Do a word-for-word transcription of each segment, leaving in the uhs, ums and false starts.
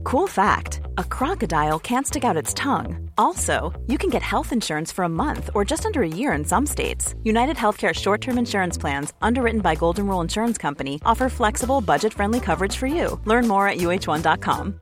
Cool fact, a crocodile can't stick out its tongue. Also, you can get health insurance for a month or just under a year in some states. United Healthcare short-term insurance plans, underwritten by Golden Rule Insurance Company, offer flexible, budget-friendly coverage for you. Learn more at U H one dot com.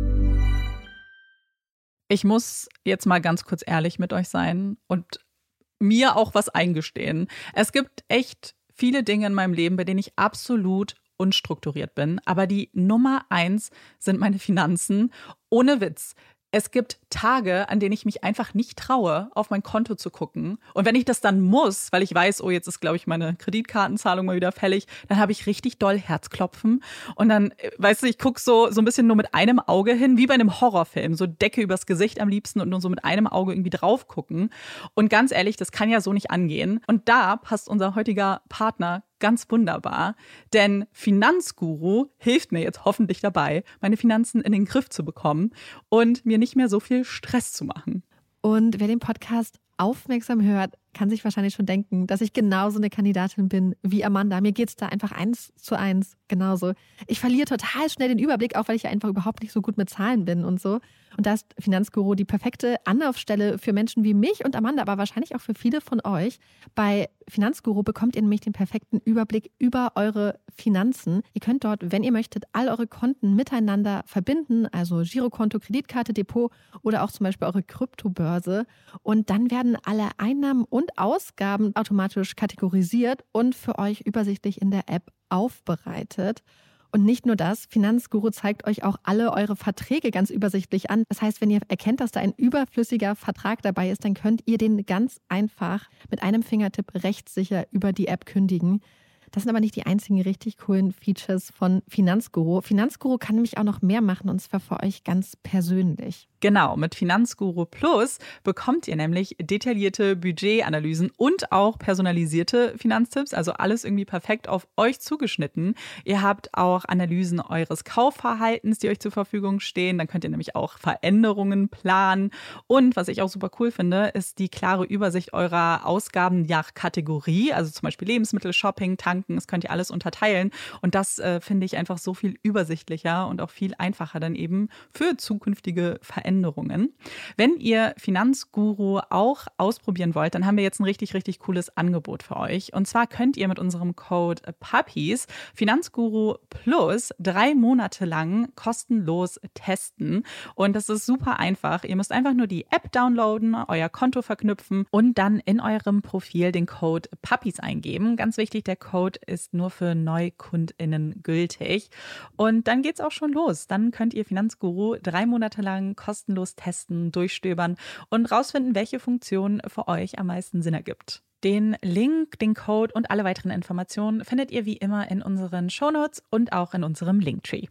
Ich muss jetzt mal ganz kurz ehrlich mit euch sein und mir auch was eingestehen. Es gibt echt viele Dinge in meinem Leben, bei denen ich absolut unstrukturiert bin. Aber die Nummer eins sind meine Finanzen. Ohne Witz. Es gibt Tage, an denen ich mich einfach nicht traue, auf mein Konto zu gucken. Und wenn ich das dann muss, weil ich weiß, oh, jetzt ist, glaube ich, meine Kreditkartenzahlung mal wieder fällig, dann habe ich richtig doll Herzklopfen. Und dann, weißt du, ich gucke so, so ein bisschen nur mit einem Auge hin, wie bei einem Horrorfilm. So Decke übers Gesicht am liebsten und nur so mit einem Auge irgendwie drauf gucken. Und ganz ehrlich, das kann ja so nicht angehen. Und da passt unser heutiger Partner ganz wunderbar, denn Finanzguru hilft mir jetzt hoffentlich dabei, meine Finanzen in den Griff zu bekommen und mir nicht mehr so viel Stress zu machen. Und wer den Podcast aufmerksam hört, kann sich wahrscheinlich schon denken, dass ich genauso eine Kandidatin bin wie Amanda. Mir geht's da einfach eins zu eins genauso. Ich verliere total schnell den Überblick, auch weil ich ja einfach überhaupt nicht so gut mit Zahlen bin und so. Und da ist Finanzguru die perfekte Anlaufstelle für Menschen wie mich und Amanda, aber wahrscheinlich auch für viele von euch. Bei Finanzguru bekommt ihr nämlich den perfekten Überblick über eure Finanzen. Ihr könnt dort, wenn ihr möchtet, all eure Konten miteinander verbinden, also Girokonto, Kreditkarte, Depot oder auch zum Beispiel eure Kryptobörse. Und dann werden alle Einnahmen und Ausgaben automatisch kategorisiert und für euch übersichtlich in der App aufbereitet. Und nicht nur das, Finanzguru zeigt euch auch alle eure Verträge ganz übersichtlich an. Das heißt, wenn ihr erkennt, dass da ein überflüssiger Vertrag dabei ist, dann könnt ihr den ganz einfach mit einem Fingertipp rechtssicher über die App kündigen. Das sind aber nicht die einzigen richtig coolen Features von Finanzguru. Finanzguru kann nämlich auch noch mehr machen, und zwar für euch ganz persönlich. Genau, mit Finanzguru Plus bekommt ihr nämlich detaillierte Budgetanalysen und auch personalisierte Finanztipps, also alles irgendwie perfekt auf euch zugeschnitten. Ihr habt auch Analysen eures Kaufverhaltens, die euch zur Verfügung stehen. Dann könnt ihr nämlich auch Veränderungen planen. Und was ich auch super cool finde, ist die klare Übersicht eurer Ausgaben nach Kategorie, also zum Beispiel Lebensmittel, Shopping, Tanken, das könnt ihr alles unterteilen. Und das äh, finde ich einfach so viel übersichtlicher und auch viel einfacher dann eben für zukünftige Veränderungen. Änderungen. Wenn ihr Finanzguru auch ausprobieren wollt, dann haben wir jetzt ein richtig, richtig cooles Angebot für euch. Und zwar könnt ihr mit unserem Code Puppies Finanzguru Plus drei Monate lang kostenlos testen. Und das ist super einfach. Ihr müsst einfach nur die App downloaden, euer Konto verknüpfen und dann in eurem Profil den Code Puppies eingeben. Ganz wichtig, der Code ist nur für NeukundInnen gültig. Und dann geht's auch schon los. Dann könnt ihr Finanzguru drei Monate lang kostenlos kostenlos testen, durchstöbern und rausfinden, welche Funktion für euch am meisten Sinn ergibt. Den Link, den Code und alle weiteren Informationen findet ihr wie immer in unseren Shownotes und auch in unserem Linktree.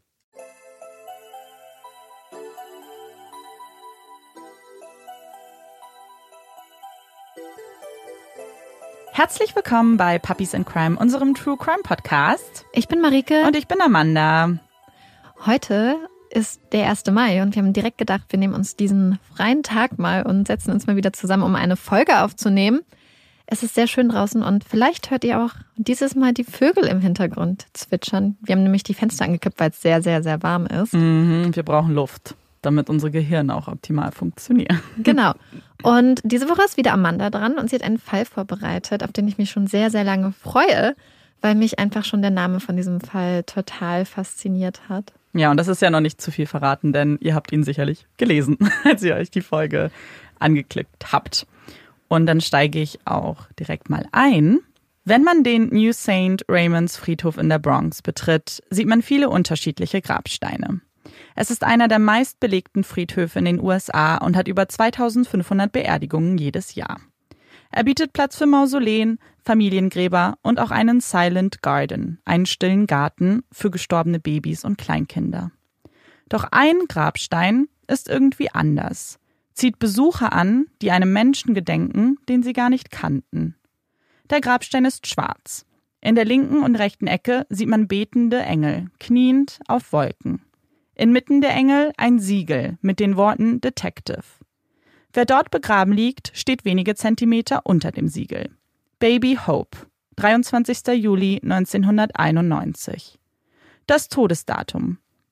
Herzlich willkommen bei Puppies in Crime, unserem True Crime Podcast. Ich bin Marike. Und ich bin Amanda. Heute ist der erste Mai und wir haben direkt gedacht, wir nehmen uns diesen freien Tag mal und setzen uns mal wieder zusammen, um eine Folge aufzunehmen. Es ist sehr schön draußen und vielleicht hört ihr auch dieses Mal die Vögel im Hintergrund zwitschern. Wir haben nämlich die Fenster angekippt, weil es sehr, sehr, sehr warm ist. Mhm, wir brauchen Luft, damit unsere Gehirne auch optimal funktionieren. Genau. Und diese Woche ist wieder Amanda dran und sie hat einen Fall vorbereitet, auf den ich mich schon sehr, sehr lange freue, weil mich einfach schon der Name von diesem Fall total fasziniert hat. Ja, und das ist ja noch nicht zu viel verraten, denn ihr habt ihn sicherlich gelesen, als ihr euch die Folge angeklickt habt. Und dann steige ich auch direkt mal ein. Wenn man den New Saint Raymond's Friedhof in der Bronx betritt, sieht man viele unterschiedliche Grabsteine. Es ist einer der meistbelegten Friedhöfe in den U S A und hat über zweitausendfünfhundert Beerdigungen jedes Jahr. Er bietet Platz für Mausoleen, Familiengräber und auch einen Silent Garden, einen stillen Garten für gestorbene Babys und Kleinkinder. Doch ein Grabstein ist irgendwie anders, zieht Besucher an, die einem Menschen gedenken, den sie gar nicht kannten. Der Grabstein ist schwarz. In der linken und rechten Ecke sieht man betende Engel, kniend auf Wolken. Inmitten der Engel ein Siegel mit den Worten Detective. Wer dort begraben liegt, steht wenige Zentimeter unter dem Siegel. Baby Hope, dreiundzwanzigster Juli neunzehnhunderteinundneunzig. Das Todesdatum,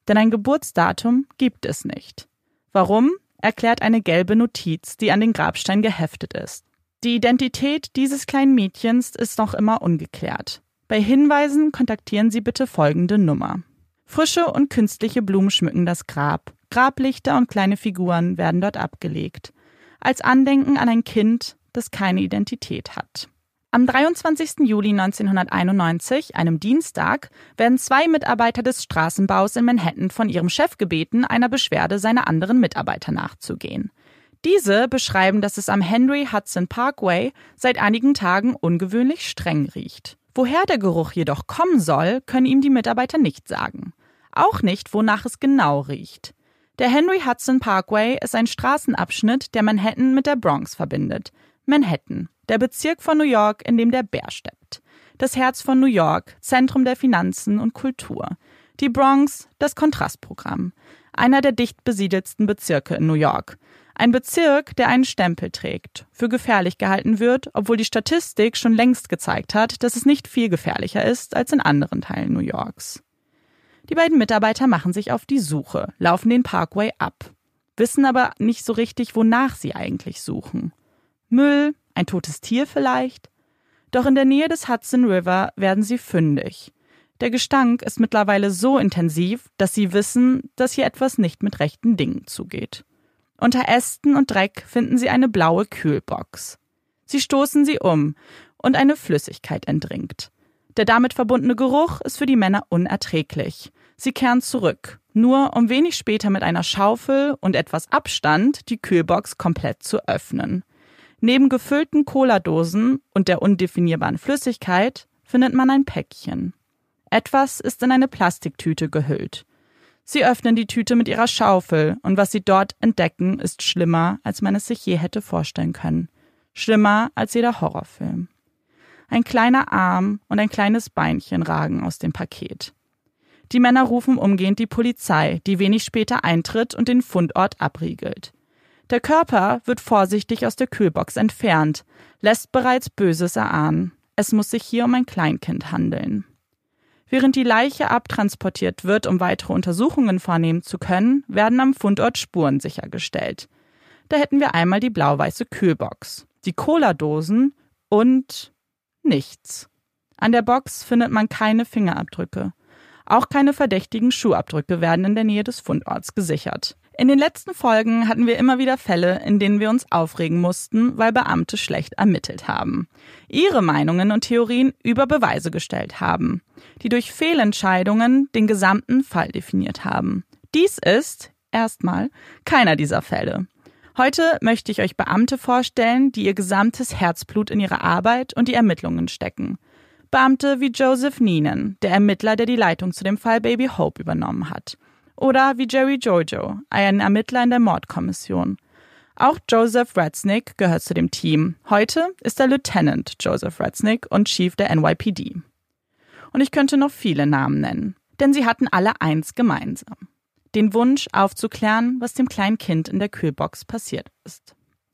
Denn ein Geburtsdatum gibt es nicht. Warum, erklärt eine gelbe Notiz, die an den Grabstein geheftet ist. Die Identität dieses kleinen Mädchens ist noch immer ungeklärt. Bei Hinweisen kontaktieren Sie bitte folgende Nummer. Frische und künstliche Blumen schmücken das Grab. Grablichter und kleine Figuren werden dort abgelegt. Als Andenken an ein Kind, das keine Identität hat. Am dreiundzwanzigsten Juli neunzehnhunderteinundneunzig, einem Dienstag, werden zwei Mitarbeiter des Straßenbaus in Manhattan von ihrem Chef gebeten, einer Beschwerde seiner anderen Mitarbeiter nachzugehen. Diese beschreiben, dass es am Henry Hudson Parkway seit einigen Tagen ungewöhnlich streng riecht. Woher der Geruch jedoch kommen soll, können ihm die Mitarbeiter nicht sagen. Auch nicht, wonach es genau riecht. Der Henry Hudson Parkway ist ein Straßenabschnitt, der Manhattan mit der Bronx verbindet. Manhattan, der Bezirk von New York, in dem der Bär steppt. Das Herz von New York, Zentrum der Finanzen und Kultur. Die Bronx, das Kontrastprogramm. Einer der dicht besiedelsten Bezirke in New York. Ein Bezirk, der einen Stempel trägt, für gefährlich gehalten wird, obwohl die Statistik schon längst gezeigt hat, dass es nicht viel gefährlicher ist als in anderen Teilen New Yorks. Die beiden Mitarbeiter machen sich auf die Suche, laufen den Parkway ab, wissen aber nicht so richtig, wonach sie eigentlich suchen. Müll, ein totes Tier vielleicht? Doch in der Nähe des Hudson River werden sie fündig. Der Gestank ist mittlerweile so intensiv, dass sie wissen, dass hier etwas nicht mit rechten Dingen zugeht. Unter Ästen und Dreck finden sie eine blaue Kühlbox. Sie stoßen sie um und eine Flüssigkeit entringt. Der damit verbundene Geruch ist für die Männer unerträglich. Sie kehren zurück, nur um wenig später mit einer Schaufel und etwas Abstand die Kühlbox komplett zu öffnen. Neben gefüllten Cola-Dosen und der undefinierbaren Flüssigkeit findet man ein Päckchen. Etwas ist in eine Plastiktüte gehüllt. Sie öffnen die Tüte mit ihrer Schaufel und was sie dort entdecken, ist schlimmer, als man es sich je hätte vorstellen können. Schlimmer als jeder Horrorfilm. Ein kleiner Arm und ein kleines Beinchen ragen aus dem Paket. Die Männer rufen umgehend die Polizei, die wenig später eintritt und den Fundort abriegelt. Der Körper wird vorsichtig aus der Kühlbox entfernt, lässt bereits Böses erahnen. Es muss sich hier um ein Kleinkind handeln. Während die Leiche abtransportiert wird, um weitere Untersuchungen vornehmen zu können, werden am Fundort Spuren sichergestellt. Da hätten wir einmal die blau-weiße Kühlbox, die Cola-Dosen und nichts. An der Box findet man keine Fingerabdrücke. Auch keine verdächtigen Schuhabdrücke werden in der Nähe des Fundorts gesichert. In den letzten Folgen hatten wir immer wieder Fälle, in denen wir uns aufregen mussten, weil Beamte schlecht ermittelt haben. Ihre Meinungen und Theorien über Beweise gestellt haben, die durch Fehlentscheidungen den gesamten Fall definiert haben. Dies ist, erstmal, keiner dieser Fälle. Heute möchte ich euch Beamte vorstellen, die ihr gesamtes Herzblut in ihre Arbeit und die Ermittlungen stecken. Beamte wie Joseph Neenan, der Ermittler, der die Leitung zu dem Fall Baby Hope übernommen hat. Oder wie Jerry Giorgio, ein Ermittler in der Mordkommission. Auch Joseph Reznick gehört zu dem Team. Heute ist er Lieutenant Joseph Reznick und Chief der N Y P D. Und ich könnte noch viele Namen nennen, denn sie hatten alle eins gemeinsam. Den Wunsch aufzuklären, was dem kleinen Kind in der Kühlbox passiert ist.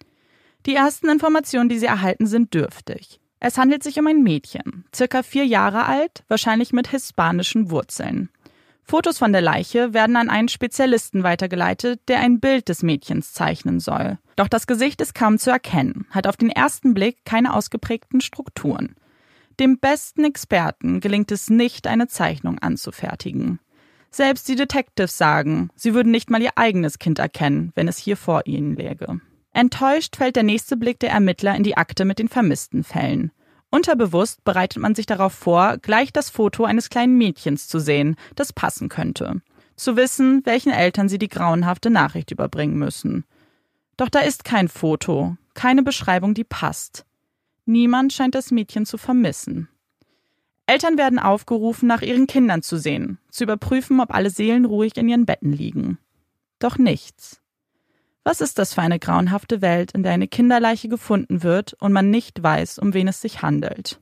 Die ersten Informationen, die sie erhalten, sind dürftig. Es handelt sich um ein Mädchen, circa vier Jahre alt, wahrscheinlich mit hispanischen Wurzeln. Fotos von der Leiche werden an einen Spezialisten weitergeleitet, der ein Bild des Mädchens zeichnen soll. Doch das Gesicht ist kaum zu erkennen, hat auf den ersten Blick keine ausgeprägten Strukturen. Dem besten Experten gelingt es nicht, eine Zeichnung anzufertigen. Selbst die Detectives sagen, sie würden nicht mal ihr eigenes Kind erkennen, wenn es hier vor ihnen läge. Enttäuscht fällt der nächste Blick der Ermittler in die Akte mit den vermissten Fällen. Unterbewusst bereitet man sich darauf vor, gleich das Foto eines kleinen Mädchens zu sehen, das passen könnte. Zu wissen, welchen Eltern sie die grauenhafte Nachricht überbringen müssen. Doch da ist kein Foto, keine Beschreibung, die passt. Niemand scheint das Mädchen zu vermissen. Eltern werden aufgerufen, nach ihren Kindern zu sehen, zu überprüfen, ob alle seelenruhig in ihren Betten liegen. Doch nichts. Was ist das für eine grauenhafte Welt, in der eine Kinderleiche gefunden wird und man nicht weiß, um wen es sich handelt?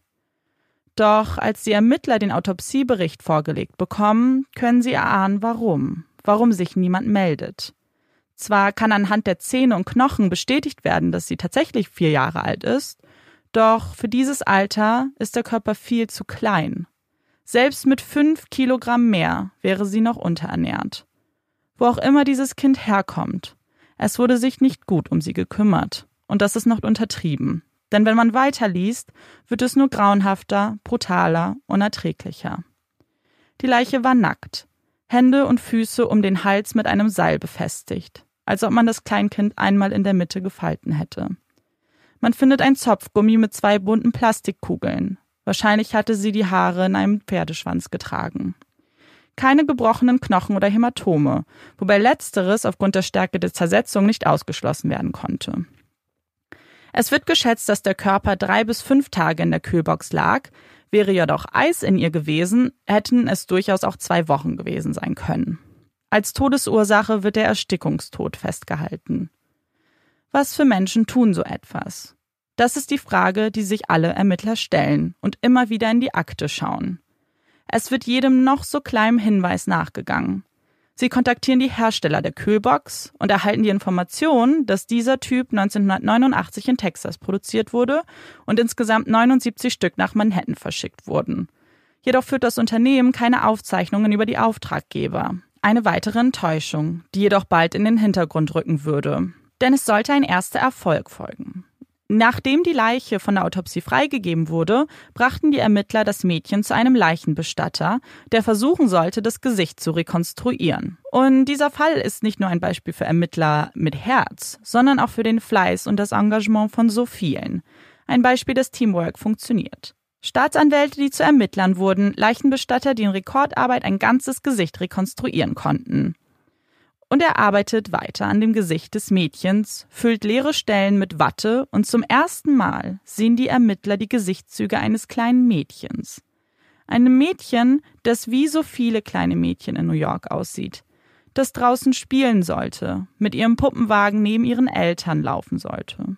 Doch als die Ermittler den Autopsiebericht vorgelegt bekommen, können sie erahnen, warum. Warum sich niemand meldet. Zwar kann anhand der Zähne und Knochen bestätigt werden, dass sie tatsächlich vier Jahre alt ist, doch für dieses Alter ist der Körper viel zu klein. Selbst mit fünf Kilogramm mehr wäre sie noch unterernährt. Wo auch immer dieses Kind herkommt, es wurde sich nicht gut um sie gekümmert. Und das ist noch untertrieben. Denn wenn man weiterliest, wird es nur grauenhafter, brutaler, unerträglicher. Die Leiche war nackt, Hände und Füße um den Hals mit einem Seil befestigt, als ob man das Kleinkind einmal in der Mitte gefalten hätte. Man findet ein Zopfgummi mit zwei bunten Plastikkugeln. Wahrscheinlich hatte sie die Haare in einem Pferdeschwanz getragen. Keine gebrochenen Knochen oder Hämatome, wobei letzteres aufgrund der Stärke der Zersetzung nicht ausgeschlossen werden konnte. Es wird geschätzt, dass der Körper drei bis fünf Tage in der Kühlbox lag. Wäre ja doch Eis in ihr gewesen, hätten es durchaus auch zwei Wochen gewesen sein können. Als Todesursache wird der Erstickungstod festgehalten. Was für Menschen tun so etwas? Das ist die Frage, die sich alle Ermittler stellen und immer wieder in die Akte schauen. Es wird jedem noch so kleinen Hinweis nachgegangen. Sie kontaktieren die Hersteller der Kühlbox und erhalten die Information, dass dieser Typ neunzehnhundertneunundachtzig in Texas produziert wurde und insgesamt neunundsiebzig Stück nach Manhattan verschickt wurden. Jedoch führt das Unternehmen keine Aufzeichnungen über die Auftraggeber. Eine weitere Enttäuschung, die jedoch bald in den Hintergrund rücken würde. Denn es sollte ein erster Erfolg folgen. Nachdem die Leiche von der Autopsie freigegeben wurde, brachten die Ermittler das Mädchen zu einem Leichenbestatter, der versuchen sollte, das Gesicht zu rekonstruieren. Und dieser Fall ist nicht nur ein Beispiel für Ermittler mit Herz, sondern auch für den Fleiß und das Engagement von so vielen. Ein Beispiel, dass Teamwork funktioniert. Staatsanwälte, die zu Ermittlern wurden, Leichenbestatter, die in Rekordarbeit ein ganzes Gesicht rekonstruieren konnten. Und er arbeitet weiter an dem Gesicht des Mädchens, füllt leere Stellen mit Watte und zum ersten Mal sehen die Ermittler die Gesichtszüge eines kleinen Mädchens. Einem Mädchen, das wie so viele kleine Mädchen in New York aussieht, das draußen spielen sollte, mit ihrem Puppenwagen neben ihren Eltern laufen sollte.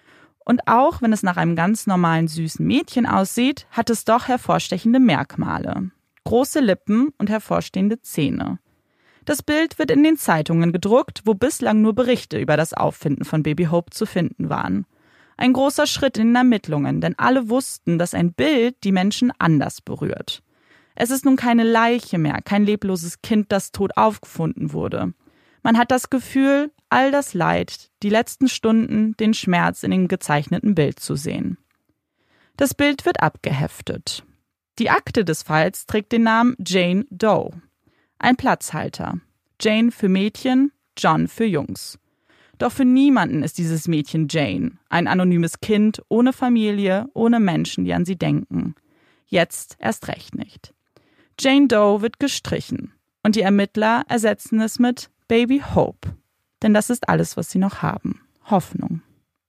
Und auch wenn es nach einem ganz normalen süßen Mädchen aussieht, hat es doch hervorstechende Merkmale. Große Lippen und hervorstehende Zähne. Das Bild wird in den Zeitungen gedruckt, wo bislang nur Berichte über das Auffinden von Baby Hope zu finden waren. Ein großer Schritt in den Ermittlungen, denn alle wussten, dass ein Bild die Menschen anders berührt. Es ist nun keine Leiche mehr, kein lebloses Kind, das tot aufgefunden wurde. Man hat das Gefühl, all das Leid, die letzten Stunden, den Schmerz in dem gezeichneten Bild zu sehen. Das Bild wird abgeheftet. Die Akte des Falls trägt den Namen Jane Doe. Ein Platzhalter. Jane für Mädchen, John für Jungs. Doch für niemanden ist dieses Mädchen Jane, ein anonymes Kind, ohne Familie, ohne Menschen, die an sie denken. Jetzt erst recht nicht. Jane Doe wird gestrichen und die Ermittler ersetzen es mit Baby Hope. Denn das ist alles, was sie noch haben. Hoffnung.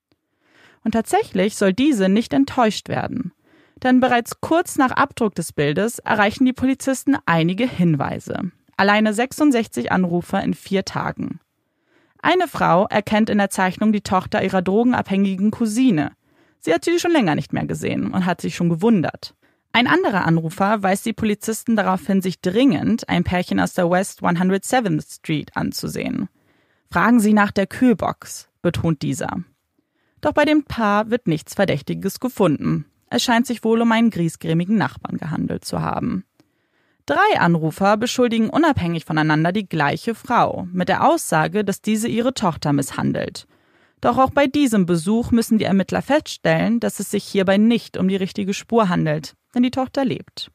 Und tatsächlich soll diese nicht enttäuscht werden. Denn bereits kurz nach Abdruck des Bildes erreichen die Polizisten einige Hinweise. Alleine sechsundsechzig Anrufer in vier Tagen. Eine Frau erkennt in der Zeichnung die Tochter ihrer drogenabhängigen Cousine. Sie hat sie schon länger nicht mehr gesehen und hat sich schon gewundert. Ein anderer Anrufer weist die Polizisten darauf hin, sich dringend ein Pärchen aus der West hundertsiebente Street anzusehen. Fragen Sie nach der Kühlbox, betont dieser. Doch bei dem Paar wird nichts Verdächtiges gefunden. Es scheint sich wohl um einen griesgrämigen Nachbarn gehandelt zu haben. Drei Anrufer beschuldigen unabhängig voneinander die gleiche Frau, mit der Aussage, dass diese ihre Tochter misshandelt. Doch auch bei diesem Besuch müssen die Ermittler feststellen, dass es sich hierbei nicht um die richtige Spur handelt, denn die Tochter lebt.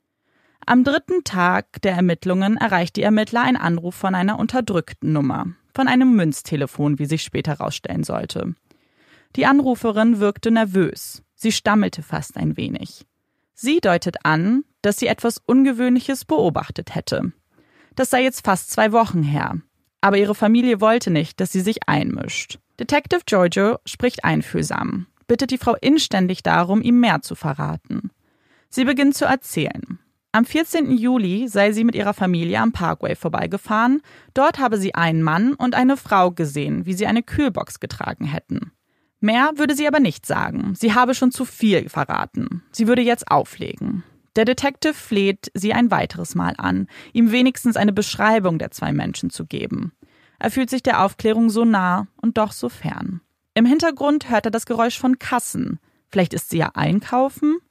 Am dritten Tag der Ermittlungen erreicht die Ermittler einen Anruf von einer unterdrückten Nummer, von einem Münztelefon, wie sich später herausstellen sollte. Die Anruferin wirkte nervös, sie stammelte fast ein wenig. Sie deutet an, dass sie etwas Ungewöhnliches beobachtet hätte. Das sei jetzt fast zwei Wochen her. Aber ihre Familie wollte nicht, dass sie sich einmischt. Detective Giorgio spricht einfühlsam, bittet die Frau inständig darum, ihm mehr zu verraten. Sie beginnt zu erzählen. Am vierzehnten Juli sei sie mit ihrer Familie am Parkway vorbeigefahren. Dort habe sie einen Mann und eine Frau gesehen, wie sie eine Kühlbox getragen hätten. Mehr würde sie aber nicht sagen. Sie habe schon zu viel verraten. Sie würde jetzt auflegen. Der Detective fleht sie ein weiteres Mal an, ihm wenigstens eine Beschreibung der zwei Menschen zu geben. Er fühlt sich der Aufklärung so nah und doch so fern. Im Hintergrund hört er das Geräusch von Kassen. Vielleicht ist sie ja einkaufen?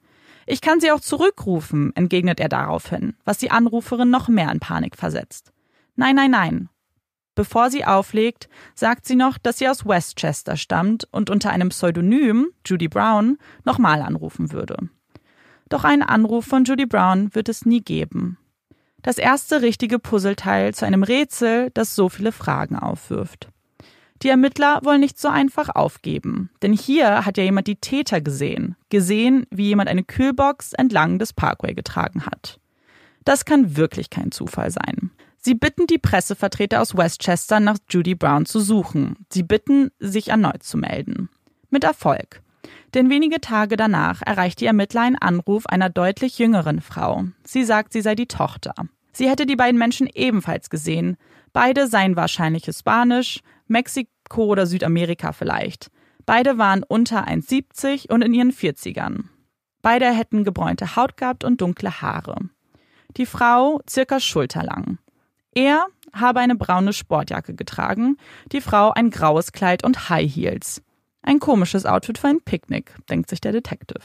»Ich kann sie auch zurückrufen«, entgegnet er daraufhin, was die Anruferin noch mehr in Panik versetzt. Nein, nein, nein. Bevor sie auflegt, sagt sie noch, dass sie aus Westchester stammt und unter einem Pseudonym, Judy Brown, nochmal anrufen würde. Doch einen Anruf von Judy Brown wird es nie geben. Das erste richtige Puzzleteil zu einem Rätsel, das so viele Fragen aufwirft. Die Ermittler wollen nicht so einfach aufgeben, denn hier hat ja jemand die Täter gesehen, gesehen, wie jemand eine Kühlbox entlang des Parkway getragen hat. Das kann wirklich kein Zufall sein. Sie bitten die Pressevertreter aus Westchester, nach Judy Brown zu suchen. Sie bitten, sich erneut zu melden. Mit Erfolg. Denn wenige Tage danach erreicht die Ermittler einen Anruf einer deutlich jüngeren Frau. Sie sagt, sie sei die Tochter. Sie hätte die beiden Menschen ebenfalls gesehen. Beide seien wahrscheinlich hispanisch, Mexiko oder Südamerika vielleicht. Beide waren unter eins Komma siebzig und in ihren vierzigern. Beide hätten gebräunte Haut gehabt und dunkle Haare. Die Frau circa schulterlang. Er habe eine braune Sportjacke getragen, die Frau ein graues Kleid und High Heels. Ein komisches Outfit für ein Picknick, denkt sich der Detective.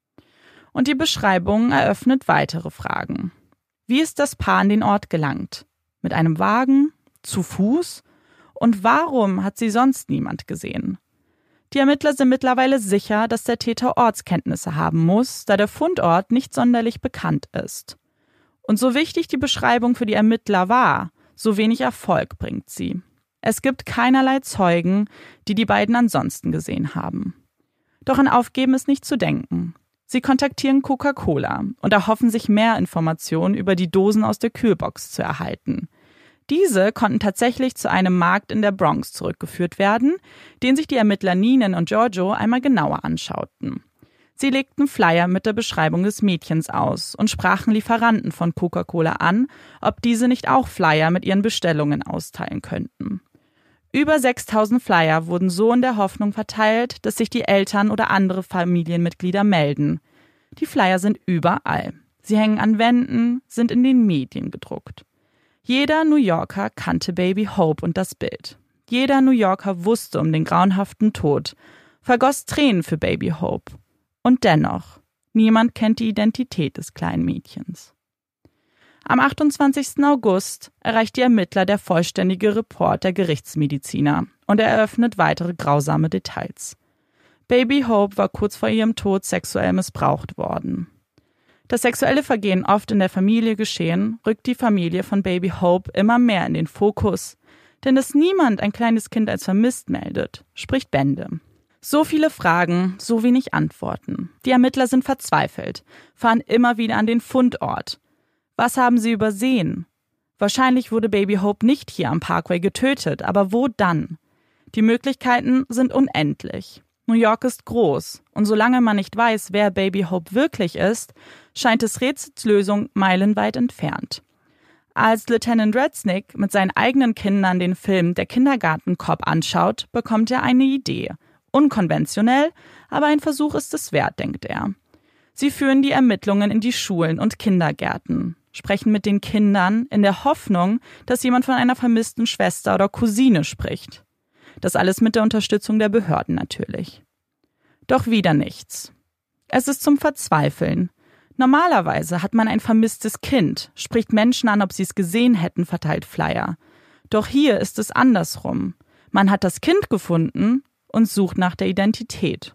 Und die Beschreibung eröffnet weitere Fragen. Wie ist das Paar an den Ort gelangt? Mit einem Wagen? Zu Fuß? Und warum hat sie sonst niemand gesehen? Die Ermittler sind mittlerweile sicher, dass der Täter Ortskenntnisse haben muss, da der Fundort nicht sonderlich bekannt ist. Und so wichtig die Beschreibung für die Ermittler war, so wenig Erfolg bringt sie. Es gibt keinerlei Zeugen, die die beiden ansonsten gesehen haben. Doch an Aufgeben ist nicht zu denken. Sie kontaktieren Coca-Cola und erhoffen sich mehr Informationen über die Dosen aus der Kühlbox zu erhalten. Diese konnten tatsächlich zu einem Markt in der Bronx zurückgeführt werden, den sich die Ermittler Neenan und Giorgio einmal genauer anschauten. Sie legten Flyer mit der Beschreibung des Mädchens aus und sprachen Lieferanten von Coca-Cola an, ob diese nicht auch Flyer mit ihren Bestellungen austeilen könnten. Über sechstausend Flyer wurden so in der Hoffnung verteilt, dass sich die Eltern oder andere Familienmitglieder melden. Die Flyer sind überall. Sie hängen an Wänden, sind in den Medien gedruckt. Jeder New Yorker kannte Baby Hope und das Bild. Jeder New Yorker wusste um den grauenhaften Tod, vergoss Tränen für Baby Hope. Und dennoch, niemand kennt die Identität des kleinen Mädchens. Am achtundzwanzigsten August erreicht die Ermittler der vollständige Report der Gerichtsmediziner und er eröffnet weitere grausame Details. Baby Hope war kurz vor ihrem Tod sexuell missbraucht worden. Das sexuelle Vergehen oft in der Familie geschehen, rückt die Familie von Baby Hope immer mehr in den Fokus, denn dass niemand ein kleines Kind als vermisst meldet, spricht Bände. So viele Fragen, so wenig Antworten. Die Ermittler sind verzweifelt, fahren immer wieder an den Fundort. Was haben sie übersehen? Wahrscheinlich wurde Baby Hope nicht hier am Parkway getötet, aber wo dann? Die Möglichkeiten sind unendlich. New York ist groß und solange man nicht weiß, wer Baby Hope wirklich ist, scheint es Rätsels Lösung meilenweit entfernt. Als Lieutenant Redsnick mit seinen eigenen Kindern den Film Der Kindergartencop anschaut, bekommt er eine Idee. Unkonventionell, aber ein Versuch ist es wert, denkt er. Sie führen die Ermittlungen in die Schulen und Kindergärten, sprechen mit den Kindern in der Hoffnung, dass jemand von einer vermissten Schwester oder Cousine spricht. Das alles mit der Unterstützung der Behörden natürlich. Doch wieder nichts. Es ist zum Verzweifeln. Normalerweise hat man ein vermisstes Kind, spricht Menschen an, ob sie es gesehen hätten, verteilt Flyer. Doch hier ist es andersrum. Man hat das Kind gefunden und sucht nach der Identität.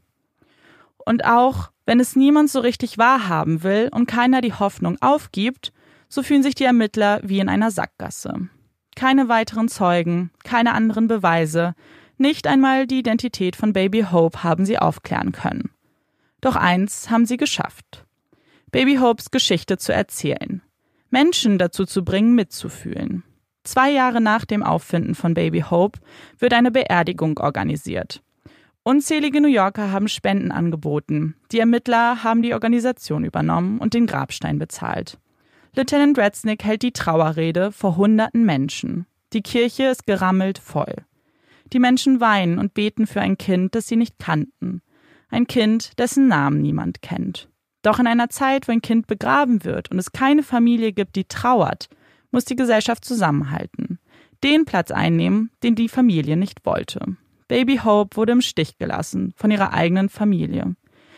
Und auch, wenn es niemand so richtig wahrhaben will und keiner die Hoffnung aufgibt, so fühlen sich die Ermittler wie in einer Sackgasse. Keine weiteren Zeugen, keine anderen Beweise, nicht einmal die Identität von Baby Hope haben sie aufklären können. Doch eins haben sie geschafft: Baby Hopes Geschichte zu erzählen, Menschen dazu zu bringen, mitzufühlen. Zwei Jahre nach dem Auffinden von Baby Hope wird eine Beerdigung organisiert. Unzählige New Yorker haben Spenden angeboten. Die Ermittler haben die Organisation übernommen und den Grabstein bezahlt. Lieutenant Redsnick hält die Trauerrede vor hunderten Menschen. Die Kirche ist gerammelt voll. Die Menschen weinen und beten für ein Kind, das sie nicht kannten. Ein Kind, dessen Namen niemand kennt. Doch in einer Zeit, wo ein Kind begraben wird und es keine Familie gibt, die trauert, muss die Gesellschaft zusammenhalten. Den Platz einnehmen, den die Familie nicht wollte. Baby Hope wurde im Stich gelassen von ihrer eigenen Familie.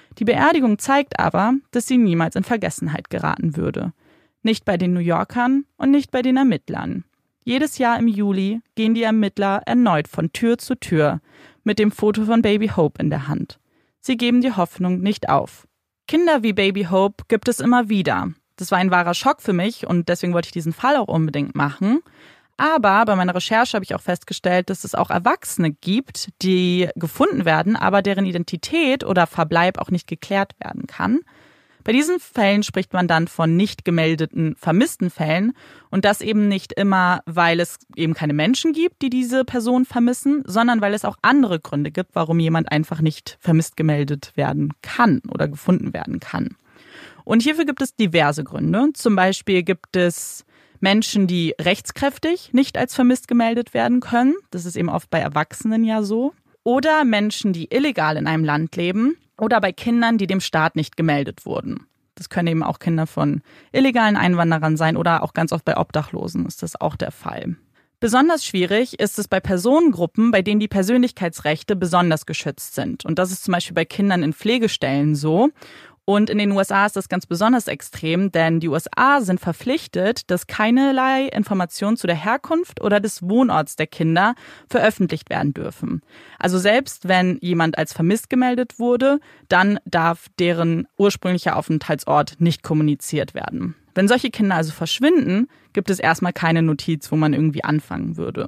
Die Beerdigung zeigt aber, dass sie niemals in Vergessenheit geraten würde. Nicht bei den New Yorkern und nicht bei den Ermittlern. Jedes Jahr im Juli gehen die Ermittler erneut von Tür zu Tür mit dem Foto von Baby Hope in der Hand. Sie geben die Hoffnung nicht auf. Kinder wie Baby Hope gibt es immer wieder. Das war ein wahrer Schock für mich und deswegen wollte ich diesen Fall auch unbedingt machen. Aber bei meiner Recherche habe ich auch festgestellt, dass es auch Erwachsene gibt, die gefunden werden, aber deren Identität oder Verbleib auch nicht geklärt werden kann. Bei diesen Fällen spricht man dann von nicht gemeldeten, vermissten Fällen und das eben nicht immer, weil es eben keine Menschen gibt, die diese Person vermissen, sondern weil es auch andere Gründe gibt, warum jemand einfach nicht vermisst gemeldet werden kann oder gefunden werden kann. Und hierfür gibt es diverse Gründe. Zum Beispiel gibt es Menschen, die rechtskräftig nicht als vermisst gemeldet werden können. Das ist eben oft bei Erwachsenen ja so. Oder Menschen, die illegal in einem Land leben. Oder bei Kindern, die dem Staat nicht gemeldet wurden. Das können eben auch Kinder von illegalen Einwanderern sein oder auch ganz oft bei Obdachlosen ist das auch der Fall. Besonders schwierig ist es bei Personengruppen, bei denen die Persönlichkeitsrechte besonders geschützt sind. Und das ist zum Beispiel bei Kindern in Pflegestellen so. Und in den U S A ist das ganz besonders extrem, denn die U S A sind verpflichtet, dass keinerlei Informationen zu der Herkunft oder des Wohnorts der Kinder veröffentlicht werden dürfen. Also selbst wenn jemand als vermisst gemeldet wurde, dann darf deren ursprünglicher Aufenthaltsort nicht kommuniziert werden. Wenn solche Kinder also verschwinden, gibt es erstmal keine Notiz, wo man irgendwie anfangen würde.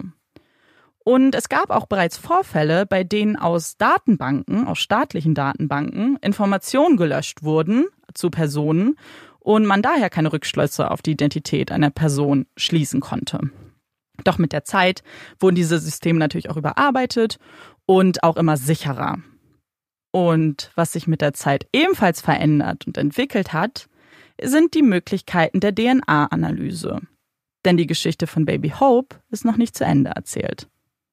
Und es gab auch bereits Vorfälle, bei denen aus Datenbanken, aus staatlichen Datenbanken, Informationen gelöscht wurden zu Personen und man daher keine Rückschlüsse auf die Identität einer Person schließen konnte. Doch mit der Zeit wurden diese Systeme natürlich auch überarbeitet und auch immer sicherer. Und was sich mit der Zeit ebenfalls verändert und entwickelt hat, sind die Möglichkeiten der D N A-Analyse. Denn die Geschichte von Baby Hope ist noch nicht zu Ende erzählt.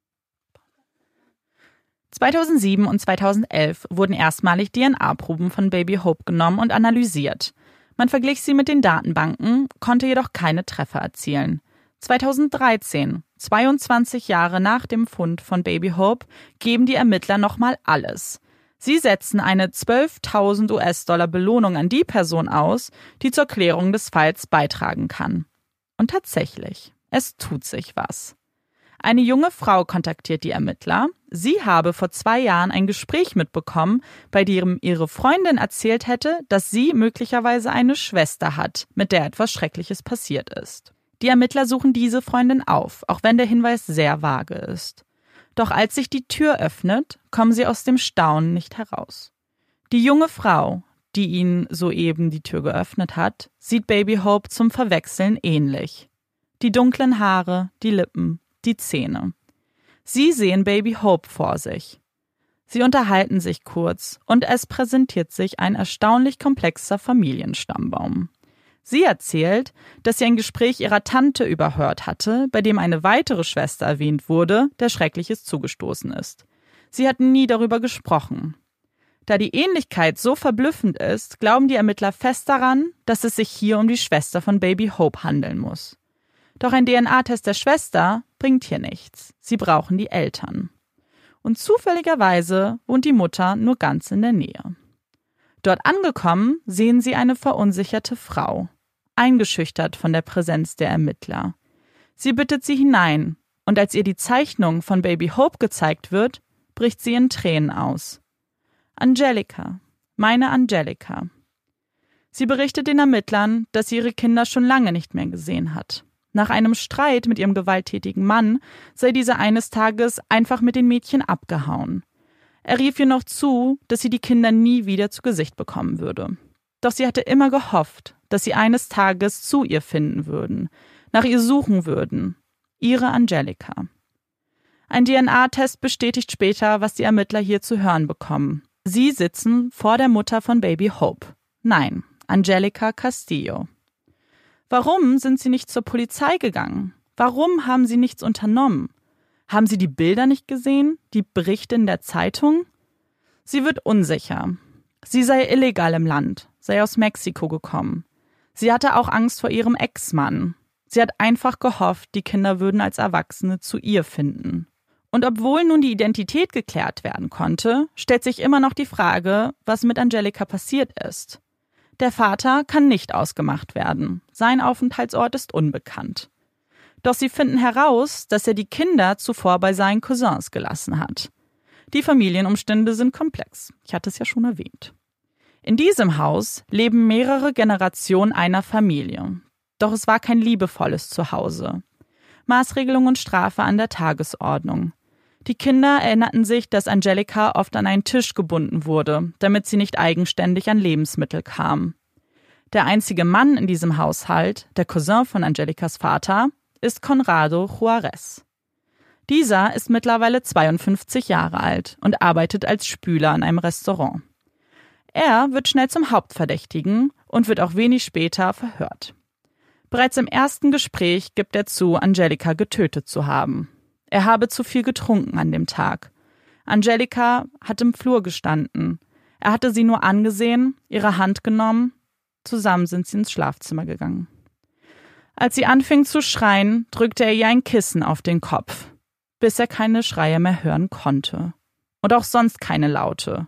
zweitausendsieben und zweitausendelf wurden erstmalig D N A-Proben von Baby Hope genommen und analysiert. Man verglich sie mit den Datenbanken, konnte jedoch keine Treffer erzielen. zweitausenddreizehn, zweiundzwanzig Jahre nach dem Fund von Baby Hope, geben die Ermittler nochmal alles. Sie setzen eine zwölftausend US-Dollar Belohnung an die Person aus, die zur Klärung des Falls beitragen kann. Und tatsächlich, es tut sich was. Eine junge Frau kontaktiert die Ermittler. Sie habe vor zwei Jahren ein Gespräch mitbekommen, bei dem ihre Freundin erzählt hätte, dass sie möglicherweise eine Schwester hat, mit der etwas Schreckliches passiert ist. Die Ermittler suchen diese Freundin auf, auch wenn der Hinweis sehr vage ist. Doch als sich die Tür öffnet, kommen sie aus dem Staunen nicht heraus. Die junge Frau, die ihnen soeben die Tür geöffnet hat, sieht Baby Hope zum Verwechseln ähnlich. Die dunklen Haare, die Lippen, die Zähne. Sie sehen Baby Hope vor sich. Sie unterhalten sich kurz und es präsentiert sich ein erstaunlich komplexer Familienstammbaum. Sie erzählt, dass sie ein Gespräch ihrer Tante überhört hatte, bei dem eine weitere Schwester erwähnt wurde, der Schreckliches zugestoßen ist. Sie hatten nie darüber gesprochen. Da die Ähnlichkeit so verblüffend ist, glauben die Ermittler fest daran, dass es sich hier um die Schwester von Baby Hope handeln muss. Doch ein D N A-Test der Schwester bringt hier nichts. Sie brauchen die Eltern. Und zufälligerweise wohnt die Mutter nur ganz in der Nähe. Dort angekommen, sehen sie eine verunsicherte Frau, eingeschüchtert von der Präsenz der Ermittler. Sie bittet sie hinein, und als ihr die Zeichnung von Baby Hope gezeigt wird, bricht sie in Tränen aus. Angelika, meine Angelika. Sie berichtet den Ermittlern, dass sie ihre Kinder schon lange nicht mehr gesehen hat. Nach einem Streit mit ihrem gewalttätigen Mann sei dieser eines Tages einfach mit den Mädchen abgehauen. Er rief ihr noch zu, dass sie die Kinder nie wieder zu Gesicht bekommen würde. Doch sie hatte immer gehofft, dass sie eines Tages zu ihr finden würden, nach ihr suchen würden. Ihre Angelika. Ein D N A-Test bestätigt später, was die Ermittler hier zu hören bekommen. Sie sitzen vor der Mutter von Baby Hope. Nein, Angelika Castillo. Warum sind sie nicht zur Polizei gegangen? Warum haben sie nichts unternommen? Haben sie die Bilder nicht gesehen? Die Berichte in der Zeitung? Sie wird unsicher. Sie sei illegal im Land, sei aus Mexiko gekommen. Sie hatte auch Angst vor ihrem Ex-Mann. Sie hat einfach gehofft, die Kinder würden als Erwachsene zu ihr finden. Und obwohl nun die Identität geklärt werden konnte, stellt sich immer noch die Frage, was mit Angelika passiert ist. Der Vater kann nicht ausgemacht werden. Sein Aufenthaltsort ist unbekannt. Doch sie finden heraus, dass er die Kinder zuvor bei seinen Cousins gelassen hat. Die Familienumstände sind komplex. Ich hatte es ja schon erwähnt. In diesem Haus leben mehrere Generationen einer Familie. Doch es war kein liebevolles Zuhause. Maßregelung und Strafe an der Tagesordnung. Die Kinder erinnerten sich, dass Angelika oft an einen Tisch gebunden wurde, damit sie nicht eigenständig an Lebensmittel kam. Der einzige Mann in diesem Haushalt, der Cousin von Angelikas Vater, ist Conrado Juarez. Dieser ist mittlerweile zweiundfünfzig Jahre alt und arbeitet als Spüler in einem Restaurant. Er wird schnell zum Hauptverdächtigen und wird auch wenig später verhört. Bereits im ersten Gespräch gibt er zu, Angelika getötet zu haben. Er habe zu viel getrunken an dem Tag. Angelika hat im Flur gestanden. Er hatte sie nur angesehen, ihre Hand genommen. Zusammen sind sie ins Schlafzimmer gegangen. Als sie anfing zu schreien, drückte er ihr ein Kissen auf den Kopf, bis er keine Schreie mehr hören konnte. Und auch sonst keine Laute.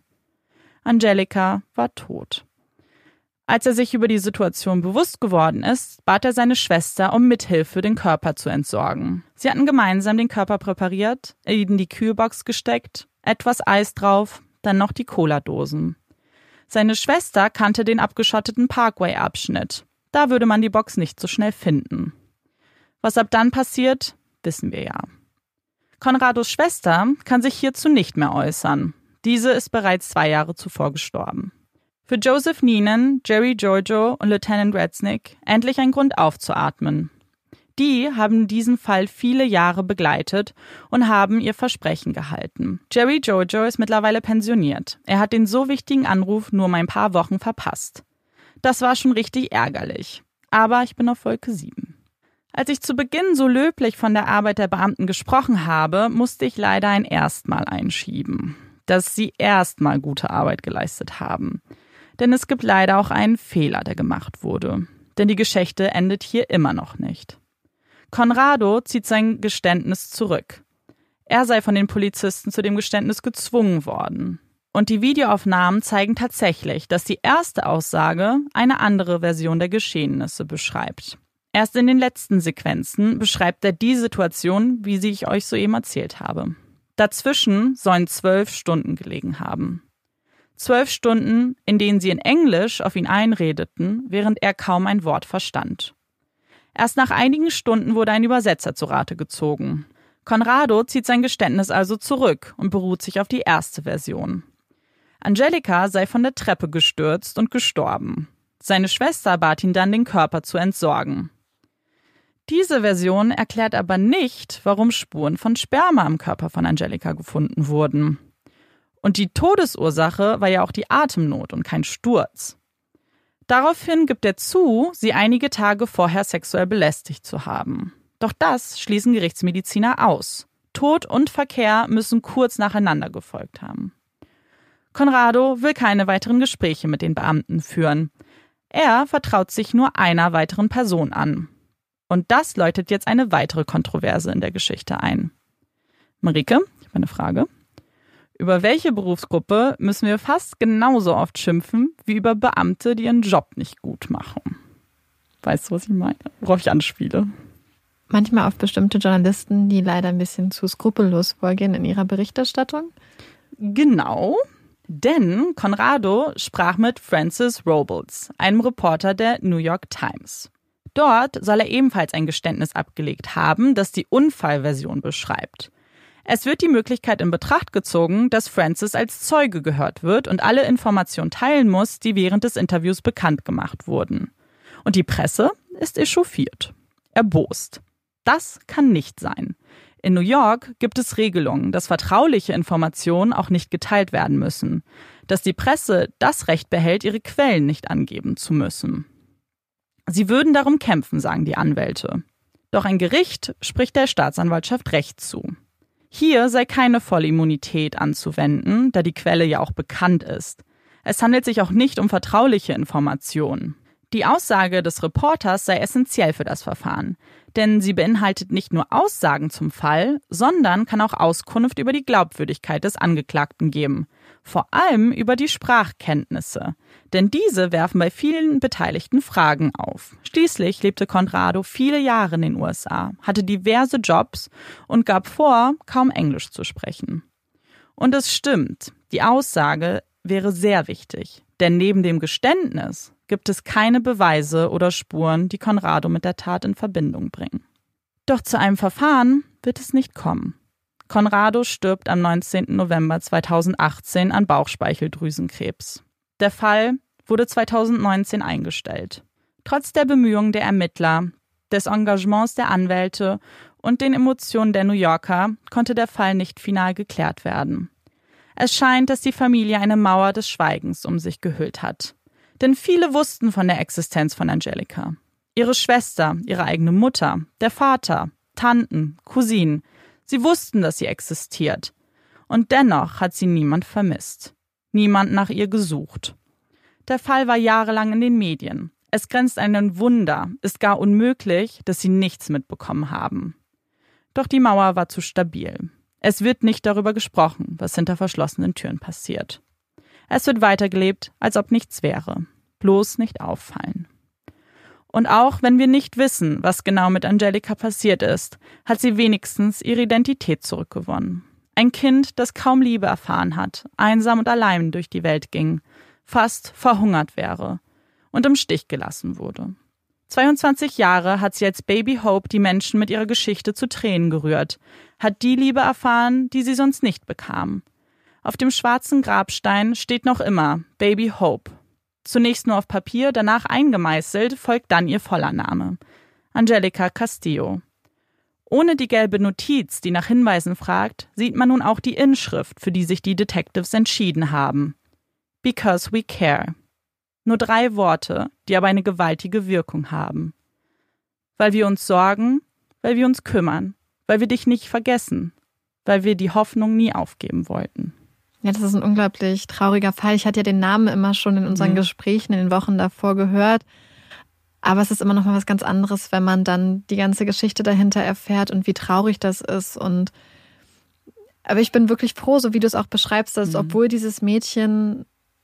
Angelika war tot. Als er sich über die Situation bewusst geworden ist, bat er seine Schwester um Mithilfe, den Körper zu entsorgen. Sie hatten gemeinsam den Körper präpariert, ihn in die Kühlbox gesteckt, etwas Eis drauf, dann noch die Cola-Dosen. Seine Schwester kannte den abgeschotteten Parkway-Abschnitt. Da würde man die Box nicht so schnell finden. Was ab dann passiert, wissen wir ja. Conrados Schwester kann sich hierzu nicht mehr äußern. Diese ist bereits zwei Jahre zuvor gestorben. Für Joseph Neenan, Jerry Giorgio und Lieutenant Reznick endlich ein Grund aufzuatmen. Die haben diesen Fall viele Jahre begleitet und haben ihr Versprechen gehalten. Jerry Giorgio ist mittlerweile pensioniert. Er hat den so wichtigen Anruf nur um ein paar Wochen verpasst. Das war schon richtig ärgerlich. Aber ich bin auf Wolke sieben. Als ich zu Beginn so löblich von der Arbeit der Beamten gesprochen habe, musste ich leider ein Erstmal einschieben. Dass sie erstmal gute Arbeit geleistet haben. Denn es gibt leider auch einen Fehler, der gemacht wurde. Denn die Geschichte endet hier immer noch nicht. Conrado zieht sein Geständnis zurück. Er sei von den Polizisten zu dem Geständnis gezwungen worden. Und die Videoaufnahmen zeigen tatsächlich, dass die erste Aussage eine andere Version der Geschehnisse beschreibt. Erst in den letzten Sequenzen beschreibt er die Situation, wie sie ich euch soeben erzählt habe. Dazwischen sollen zwölf Stunden gelegen haben. Zwölf Stunden, in denen sie in Englisch auf ihn einredeten, während er kaum ein Wort verstand. Erst nach einigen Stunden wurde ein Übersetzer zu Rate gezogen. Conrado zieht sein Geständnis also zurück und beruht sich auf die erste Version. Angelika sei von der Treppe gestürzt und gestorben. Seine Schwester bat ihn dann, den Körper zu entsorgen. Diese Version erklärt aber nicht, warum Spuren von Sperma im Körper von Angelika gefunden wurden. Und die Todesursache war ja auch die Atemnot und kein Sturz. Daraufhin gibt er zu, sie einige Tage vorher sexuell belästigt zu haben. Doch das schließen Gerichtsmediziner aus. Tod und Verkehr müssen kurz nacheinander gefolgt haben. Conrado will keine weiteren Gespräche mit den Beamten führen. Er vertraut sich nur einer weiteren Person an. Und das läutet jetzt eine weitere Kontroverse in der Geschichte ein. Marike, ich habe eine Frage. Über welche Berufsgruppe müssen wir fast genauso oft schimpfen, wie über Beamte, die ihren Job nicht gut machen? Weißt du, was ich meine? Worauf ich anspiele? Manchmal auf bestimmte Journalisten, die leider ein bisschen zu skrupellos vorgehen in ihrer Berichterstattung? Genau, denn Conrado sprach mit Francis Robles, einem Reporter der New York Times. Dort soll er ebenfalls ein Geständnis abgelegt haben, das die Unfallversion beschreibt. Es wird die Möglichkeit in Betracht gezogen, dass Francis als Zeuge gehört wird und alle Informationen teilen muss, die während des Interviews bekannt gemacht wurden. Und die Presse ist echauffiert, erbost. Das kann nicht sein. In New York gibt es Regelungen, dass vertrauliche Informationen auch nicht geteilt werden müssen, dass die Presse das Recht behält, ihre Quellen nicht angeben zu müssen. Sie würden darum kämpfen, sagen die Anwälte. Doch ein Gericht spricht der Staatsanwaltschaft Recht zu. Hier sei keine Vollimmunität anzuwenden, da die Quelle ja auch bekannt ist. Es handelt sich auch nicht um vertrauliche Informationen. Die Aussage des Reporters sei essentiell für das Verfahren, Denn sie beinhaltet nicht nur Aussagen zum Fall, sondern kann auch Auskunft über die Glaubwürdigkeit des Angeklagten geben. Vor allem über die Sprachkenntnisse. Denn diese werfen bei vielen Beteiligten Fragen auf. Schließlich lebte Conrado viele Jahre in den U S A, hatte diverse Jobs und gab vor, kaum Englisch zu sprechen. Und es stimmt, die Aussage wäre sehr wichtig. Denn neben dem Geständnis gibt es keine Beweise oder Spuren, die Conrado mit der Tat in Verbindung bringen. Doch zu einem Verfahren wird es nicht kommen. Conrado stirbt am neunzehnten November zweitausendachtzehn an Bauchspeicheldrüsenkrebs. Der Fall wurde zweitausendneunzehn eingestellt. Trotz der Bemühungen der Ermittler, des Engagements der Anwälte und den Emotionen der New Yorker konnte der Fall nicht final geklärt werden. Es scheint, dass die Familie eine Mauer des Schweigens um sich gehüllt hat. Denn viele wussten von der Existenz von Angelica. Ihre Schwester, ihre eigene Mutter, der Vater, Tanten, Cousinen. Sie wussten, dass sie existiert. Und dennoch hat sie niemand vermisst. Niemand nach ihr gesucht. Der Fall war jahrelang in den Medien. Es grenzt an ein Wunder, ist gar unmöglich, dass sie nichts mitbekommen haben. Doch die Mauer war zu stabil. Es wird nicht darüber gesprochen, was hinter verschlossenen Türen passiert. Es wird weitergelebt, als ob nichts wäre. Bloß nicht auffallen. Und auch wenn wir nicht wissen, was genau mit Angelica passiert ist, hat sie wenigstens ihre Identität zurückgewonnen. Ein Kind, das kaum Liebe erfahren hat, einsam und allein durch die Welt ging, fast verhungert wäre und im Stich gelassen wurde. zweiundzwanzig Jahre hat sie als Baby Hope die Menschen mit ihrer Geschichte zu Tränen gerührt, hat die Liebe erfahren, die sie sonst nicht bekam. Auf dem schwarzen Grabstein steht noch immer Baby Hope. Zunächst nur auf Papier, danach eingemeißelt, folgt dann ihr voller Name. Angelica Castillo. Ohne die gelbe Notiz, die nach Hinweisen fragt, sieht man nun auch die Inschrift, für die sich die Detectives entschieden haben. Because we care. Nur drei Worte, die aber eine gewaltige Wirkung haben. Weil wir uns sorgen, weil wir uns kümmern, weil wir dich nicht vergessen, weil wir die Hoffnung nie aufgeben wollten. Ja, das ist ein unglaublich trauriger Fall. Ich hatte ja den Namen immer schon in unseren mhm. Gesprächen in den Wochen davor gehört. Aber es ist immer noch mal was ganz anderes, wenn man dann die ganze Geschichte dahinter erfährt und wie traurig das ist. Und aber ich bin wirklich froh, so wie du es auch beschreibst, dass mhm. obwohl dieses Mädchen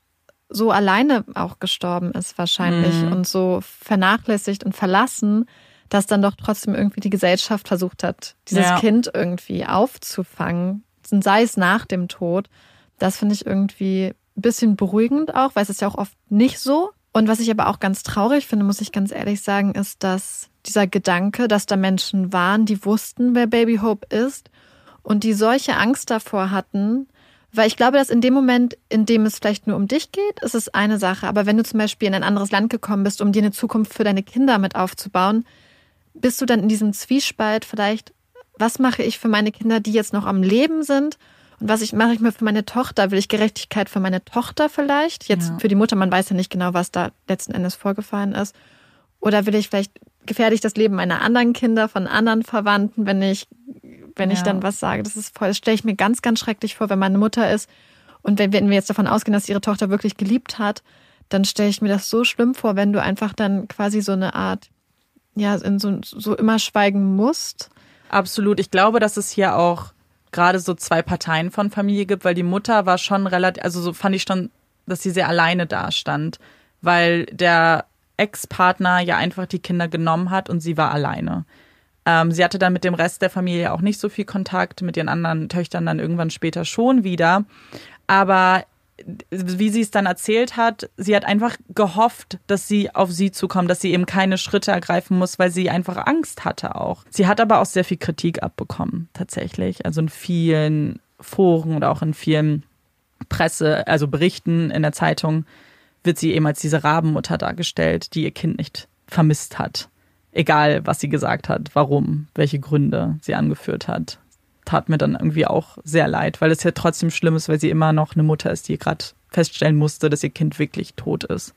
so alleine auch gestorben ist wahrscheinlich mhm. und so vernachlässigt und verlassen, dass dann doch trotzdem irgendwie die Gesellschaft versucht hat, dieses ja. Kind irgendwie aufzufangen, sei es nach dem Tod. Das finde ich irgendwie ein bisschen beruhigend auch, weil es ist ja auch oft nicht so. Und was ich aber auch ganz traurig finde, muss ich ganz ehrlich sagen, ist, dass dieser Gedanke, dass da Menschen waren, die wussten, wer Baby Hope ist und die solche Angst davor hatten, weil ich glaube, dass in dem Moment, in dem es vielleicht nur um dich geht, ist es eine Sache. Aber wenn du zum Beispiel in ein anderes Land gekommen bist, um dir eine Zukunft für deine Kinder mit aufzubauen, bist du dann in diesem Zwiespalt vielleicht, was mache ich für meine Kinder, die jetzt noch am Leben sind? Und was ich mache ich mir für meine Tochter? Will ich Gerechtigkeit für meine Tochter vielleicht? Jetzt ja. für die Mutter, man weiß ja nicht genau, was da letzten Endes vorgefallen ist. Oder will ich vielleicht, gefährde ich das Leben meiner anderen Kinder, von anderen Verwandten, wenn ich, wenn ja. ich dann was sage? Das ist voll, das stelle ich mir ganz, ganz schrecklich vor, wenn meine Mutter ist. Und wenn, wenn wir jetzt davon ausgehen, dass ihre Tochter wirklich geliebt hat, dann stelle ich mir das so schlimm vor, wenn du einfach dann quasi so eine Art, ja, in so, so immer schweigen musst. Absolut. Ich glaube, dass es hier auch gerade so zwei Parteien von Familie gibt, weil die Mutter war schon relativ, also so fand ich schon, dass sie sehr alleine dastand, weil der Ex-Partner ja einfach die Kinder genommen hat und sie war alleine. Ähm, sie hatte dann mit dem Rest der Familie auch nicht so viel Kontakt, mit ihren anderen Töchtern dann irgendwann später schon wieder. Aber wie sie es dann erzählt hat, sie hat einfach gehofft, dass sie auf sie zukommt, dass sie eben keine Schritte ergreifen muss, weil sie einfach Angst hatte auch. Sie hat aber auch sehr viel Kritik abbekommen, tatsächlich. Also in vielen Foren oder auch in vielen Presse, also Berichten in der Zeitung, wird sie eben als diese Rabenmutter dargestellt, die ihr Kind nicht vermisst hat. Egal, was sie gesagt hat, warum, welche Gründe sie angeführt hat. Tat mir dann irgendwie auch sehr leid, weil es ja trotzdem schlimm ist, weil sie immer noch eine Mutter ist, die gerade feststellen musste, dass ihr Kind wirklich tot ist.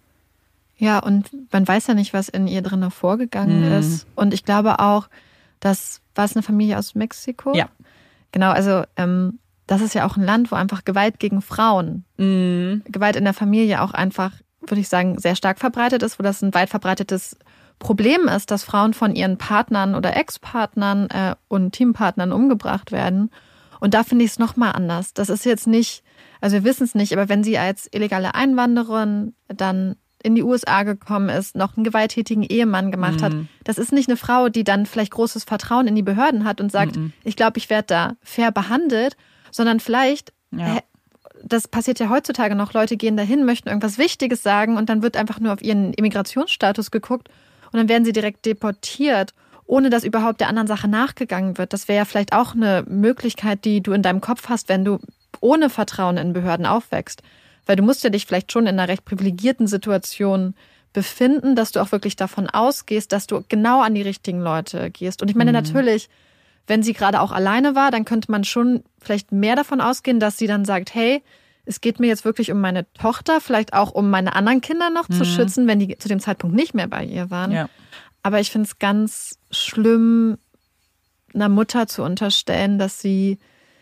Ja, und man weiß ja nicht, was in ihr drin vorgegangen mm. ist. Und ich glaube auch, dass, war es eine Familie aus Mexiko? Ja. Genau, also ähm, das ist ja auch ein Land, wo einfach Gewalt gegen Frauen, mm. Gewalt in der Familie auch einfach, würde ich sagen, sehr stark verbreitet ist, wo das ein weit verbreitetes Problem ist, dass Frauen von ihren Partnern oder Ex-Partnern äh, und Teampartnern umgebracht werden. Und da finde ich es nochmal anders. Das ist jetzt nicht, also wir wissen es nicht, aber wenn sie als illegale Einwanderin dann in die U S A gekommen ist, noch einen gewalttätigen Ehemann gemacht mhm. hat, das ist nicht eine Frau, die dann vielleicht großes Vertrauen in die Behörden hat und sagt, mhm. ich glaube, ich werde da fair behandelt, sondern vielleicht, ja. das passiert ja heutzutage noch, Leute gehen dahin, möchten irgendwas Wichtiges sagen und dann wird einfach nur auf ihren Immigrationsstatus geguckt und dann werden sie direkt deportiert, ohne dass überhaupt der anderen Sache nachgegangen wird. Das wäre ja vielleicht auch eine Möglichkeit, die du in deinem Kopf hast, wenn du ohne Vertrauen in Behörden aufwächst. Weil du musst ja dich vielleicht schon in einer recht privilegierten Situation befinden, dass du auch wirklich davon ausgehst, dass du genau an die richtigen Leute gehst. Und ich meine, mhm. natürlich, wenn sie gerade auch alleine war, dann könnte man schon vielleicht mehr davon ausgehen, dass sie dann sagt, hey, es geht mir jetzt wirklich um meine Tochter, vielleicht auch um meine anderen Kinder noch mhm. zu schützen, wenn die zu dem Zeitpunkt nicht mehr bei ihr waren. Ja. Aber ich finde es ganz schlimm, einer Mutter zu unterstellen, dass sie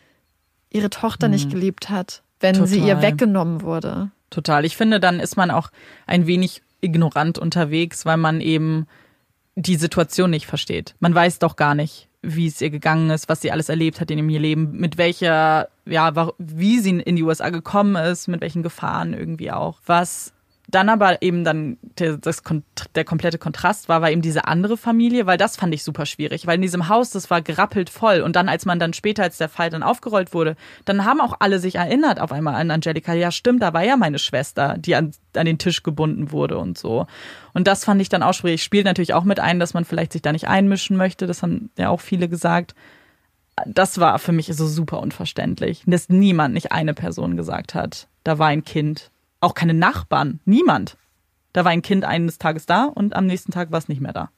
ihre Tochter mhm. nicht geliebt hat, wenn Total. sie ihr weggenommen wurde. Total. Ich finde, dann ist man auch ein wenig ignorant unterwegs, weil man eben die Situation nicht versteht. Man weiß doch gar nicht, wie es ihr gegangen ist, was sie alles erlebt hat in ihrem Leben, mit welcher, ja, wie sie in die U S A gekommen ist, mit welchen Gefahren irgendwie auch. Was dann aber eben dann der, das, der komplette Kontrast war, war eben diese andere Familie, weil das fand ich super schwierig, weil in diesem Haus, das war gerappelt voll und dann, als man dann später, als der Fall dann aufgerollt wurde, dann haben auch alle sich erinnert auf einmal an Angelika, ja stimmt, da war ja meine Schwester, die an, an den Tisch gebunden wurde und so. Und das fand ich dann auch schwierig. Spielt natürlich auch mit ein, dass man vielleicht sich da nicht einmischen möchte, das haben ja auch viele gesagt. Das war für mich so super unverständlich, dass niemand, nicht eine Person gesagt hat, da war ein Kind. Auch keine Nachbarn, niemand. Da war ein Kind eines Tages da und am nächsten Tag war es nicht mehr da.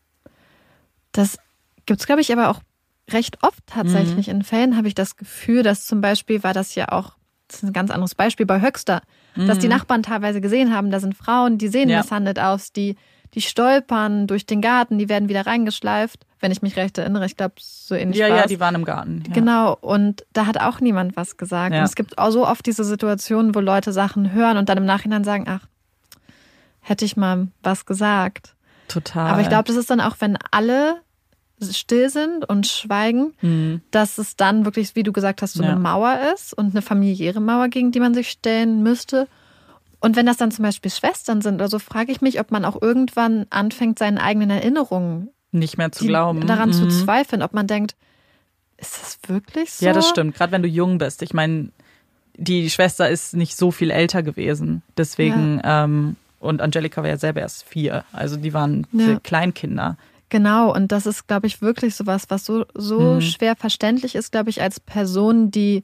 Das gibt es, glaube ich, aber auch recht oft tatsächlich. Mhm. In Fällen habe ich das Gefühl, dass zum Beispiel war das ja auch, das ist ein ganz anderes Beispiel bei Höxter, mhm. dass die Nachbarn teilweise gesehen haben, da sind Frauen, die sehen ja. misshandelt aus, die, die stolpern durch den Garten, die werden wieder reingeschleift, wenn ich mich recht erinnere. Ich glaube, so ähnlich Ja, war's. ja, die waren im Garten. Ja. Genau, und da hat auch niemand was gesagt. Ja. Und es gibt auch so oft diese Situationen, wo Leute Sachen hören und dann im Nachhinein sagen, ach, hätte ich mal was gesagt. Total. Aber ich glaube, das ist dann auch, wenn alle still sind und schweigen, mhm. dass es dann wirklich, wie du gesagt hast, so ja. eine Mauer ist und eine familiäre Mauer, gegen die man sich stellen müsste. Und wenn das dann zum Beispiel Schwestern sind oder so, frage ich mich, ob man auch irgendwann anfängt, seinen eigenen Erinnerungen nicht mehr zu die, glauben. daran mhm. zu zweifeln, ob man denkt, ist das wirklich so? Ja, das stimmt. Gerade wenn du jung bist. Ich meine, die Schwester ist nicht so viel älter gewesen. Deswegen, ja. ähm, und Angelika war ja selber erst vier. Also die waren ja. Kleinkinder. Genau, und das ist, glaube ich, wirklich sowas, was so, so mhm. schwer verständlich ist, glaube ich, als Person, die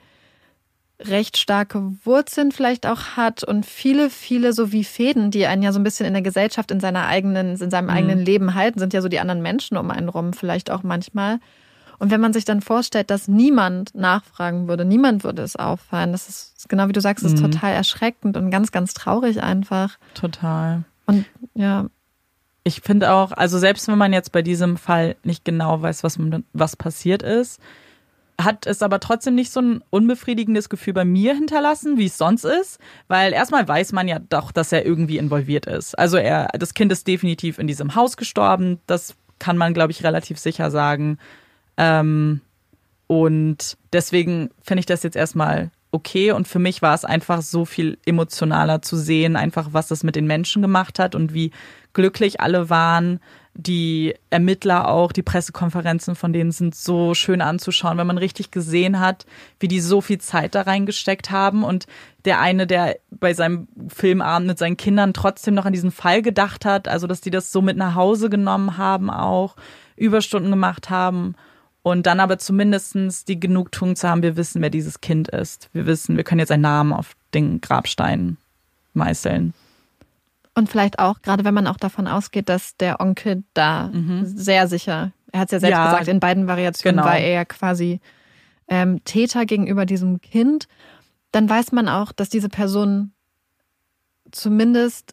recht starke Wurzeln vielleicht auch hat und viele, viele so wie Fäden, die einen ja so ein bisschen in der Gesellschaft, in seiner eigenen, in seinem mhm. eigenen Leben halten, sind ja so die anderen Menschen um einen rum vielleicht auch manchmal. Und wenn man sich dann vorstellt, dass niemand nachfragen würde, niemand würde es auffallen, das ist, genau wie du sagst, das ist mhm. total erschreckend und ganz, ganz traurig einfach. Total. Und ja. Ich finde auch, also selbst wenn man jetzt bei diesem Fall nicht genau weiß, was, was passiert ist, hat es aber trotzdem nicht so ein unbefriedigendes Gefühl bei mir hinterlassen, wie es sonst ist, weil erstmal weiß man ja doch, dass er irgendwie involviert ist. Also er, das Kind ist definitiv in diesem Haus gestorben, das kann man, glaube ich, relativ sicher sagen. Ähm, und deswegen finde ich das jetzt erstmal okay und für mich war es einfach so viel emotionaler zu sehen, einfach was das mit den Menschen gemacht hat und wie glücklich alle waren. Die Ermittler auch, die Pressekonferenzen von denen sind so schön anzuschauen, wenn man richtig gesehen hat, wie die so viel Zeit da reingesteckt haben. Und der eine, der bei seinem Filmabend mit seinen Kindern trotzdem noch an diesen Fall gedacht hat, also dass die das so mit nach Hause genommen haben auch, Überstunden gemacht haben und dann aber zumindest die Genugtuung zu haben, wir wissen, wer dieses Kind ist. Wir wissen, wir können jetzt einen Namen auf den Grabstein meißeln. Und vielleicht auch, gerade wenn man auch davon ausgeht, dass der Onkel da mhm. sehr sicher, er hat es ja selbst ja, gesagt, in beiden Variationen genau. war er ja quasi ähm, Täter gegenüber diesem Kind, dann weiß man auch, dass diese Person zumindest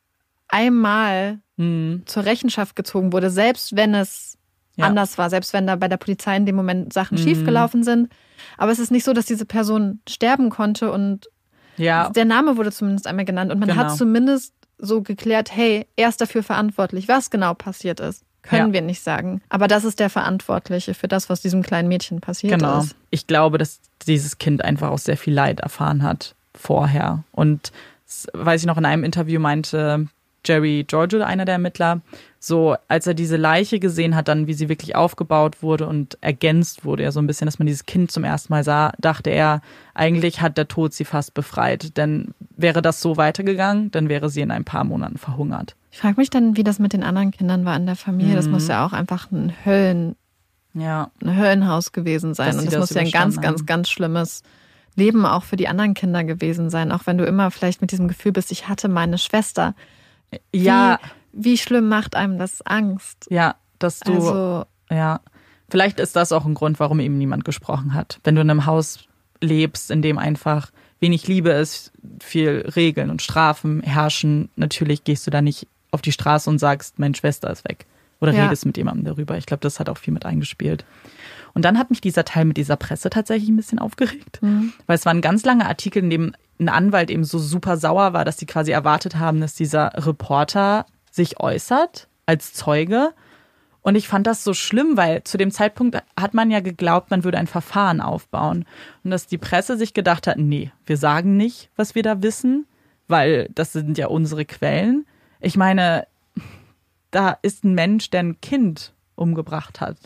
einmal mhm. zur Rechenschaft gezogen wurde, selbst wenn es ja. anders war, selbst wenn da bei der Polizei in dem Moment Sachen mhm. schiefgelaufen sind. Aber es ist nicht so, dass diese Person sterben konnte und ja. der Name wurde zumindest einmal genannt und man genau. hat zumindest so geklärt, hey, er ist dafür verantwortlich. Was genau passiert ist, können ja. wir nicht sagen. Aber das ist der Verantwortliche für das, was diesem kleinen Mädchen passiert genau. ist. Ich glaube, dass dieses Kind einfach auch sehr viel Leid erfahren hat vorher. Und das weiß ich noch, in einem Interview meinte Jerry Giorgio, einer der Ermittler, so als er diese Leiche gesehen hat, dann wie sie wirklich aufgebaut wurde und ergänzt wurde, ja so ein bisschen, dass man dieses Kind zum ersten Mal sah, dachte er, eigentlich hat der Tod sie fast befreit. Denn wäre das so weitergegangen, dann wäre sie in ein paar Monaten verhungert. Ich frage mich dann, wie das mit den anderen Kindern war in der Familie. Mhm. Das muss ja auch einfach ein Höllen, ja. ein Höllenhaus gewesen sein. Und das, das muss ja ein ganz, ganz, ganz schlimmes Leben auch für die anderen Kinder gewesen sein. Auch wenn du immer vielleicht mit diesem Gefühl bist, ich hatte meine Schwester. Ja. Wie, wie schlimm macht einem das Angst? Ja, dass du, also, ja. Vielleicht ist das auch ein Grund, warum eben niemand gesprochen hat. Wenn du in einem Haus lebst, in dem einfach wenig Liebe ist, viel Regeln und Strafen herrschen, natürlich gehst du da nicht auf die Straße und sagst, meine Schwester ist weg. Oder ja. redest mit jemandem darüber. Ich glaube, das hat auch viel mit eingespielt. Und dann hat mich dieser Teil mit dieser Presse tatsächlich ein bisschen aufgeregt. Mhm. Weil es war ein ganz langer Artikel, in dem ein Anwalt eben so super sauer war, dass sie quasi erwartet haben, dass dieser Reporter sich äußert als Zeuge. Und ich fand das so schlimm, weil zu dem Zeitpunkt hat man ja geglaubt, man würde ein Verfahren aufbauen. Und dass die Presse sich gedacht hat, nee, wir sagen nicht, was wir da wissen, weil das sind ja unsere Quellen. Ich meine, da ist ein Mensch, der ein Kind umgebracht hat.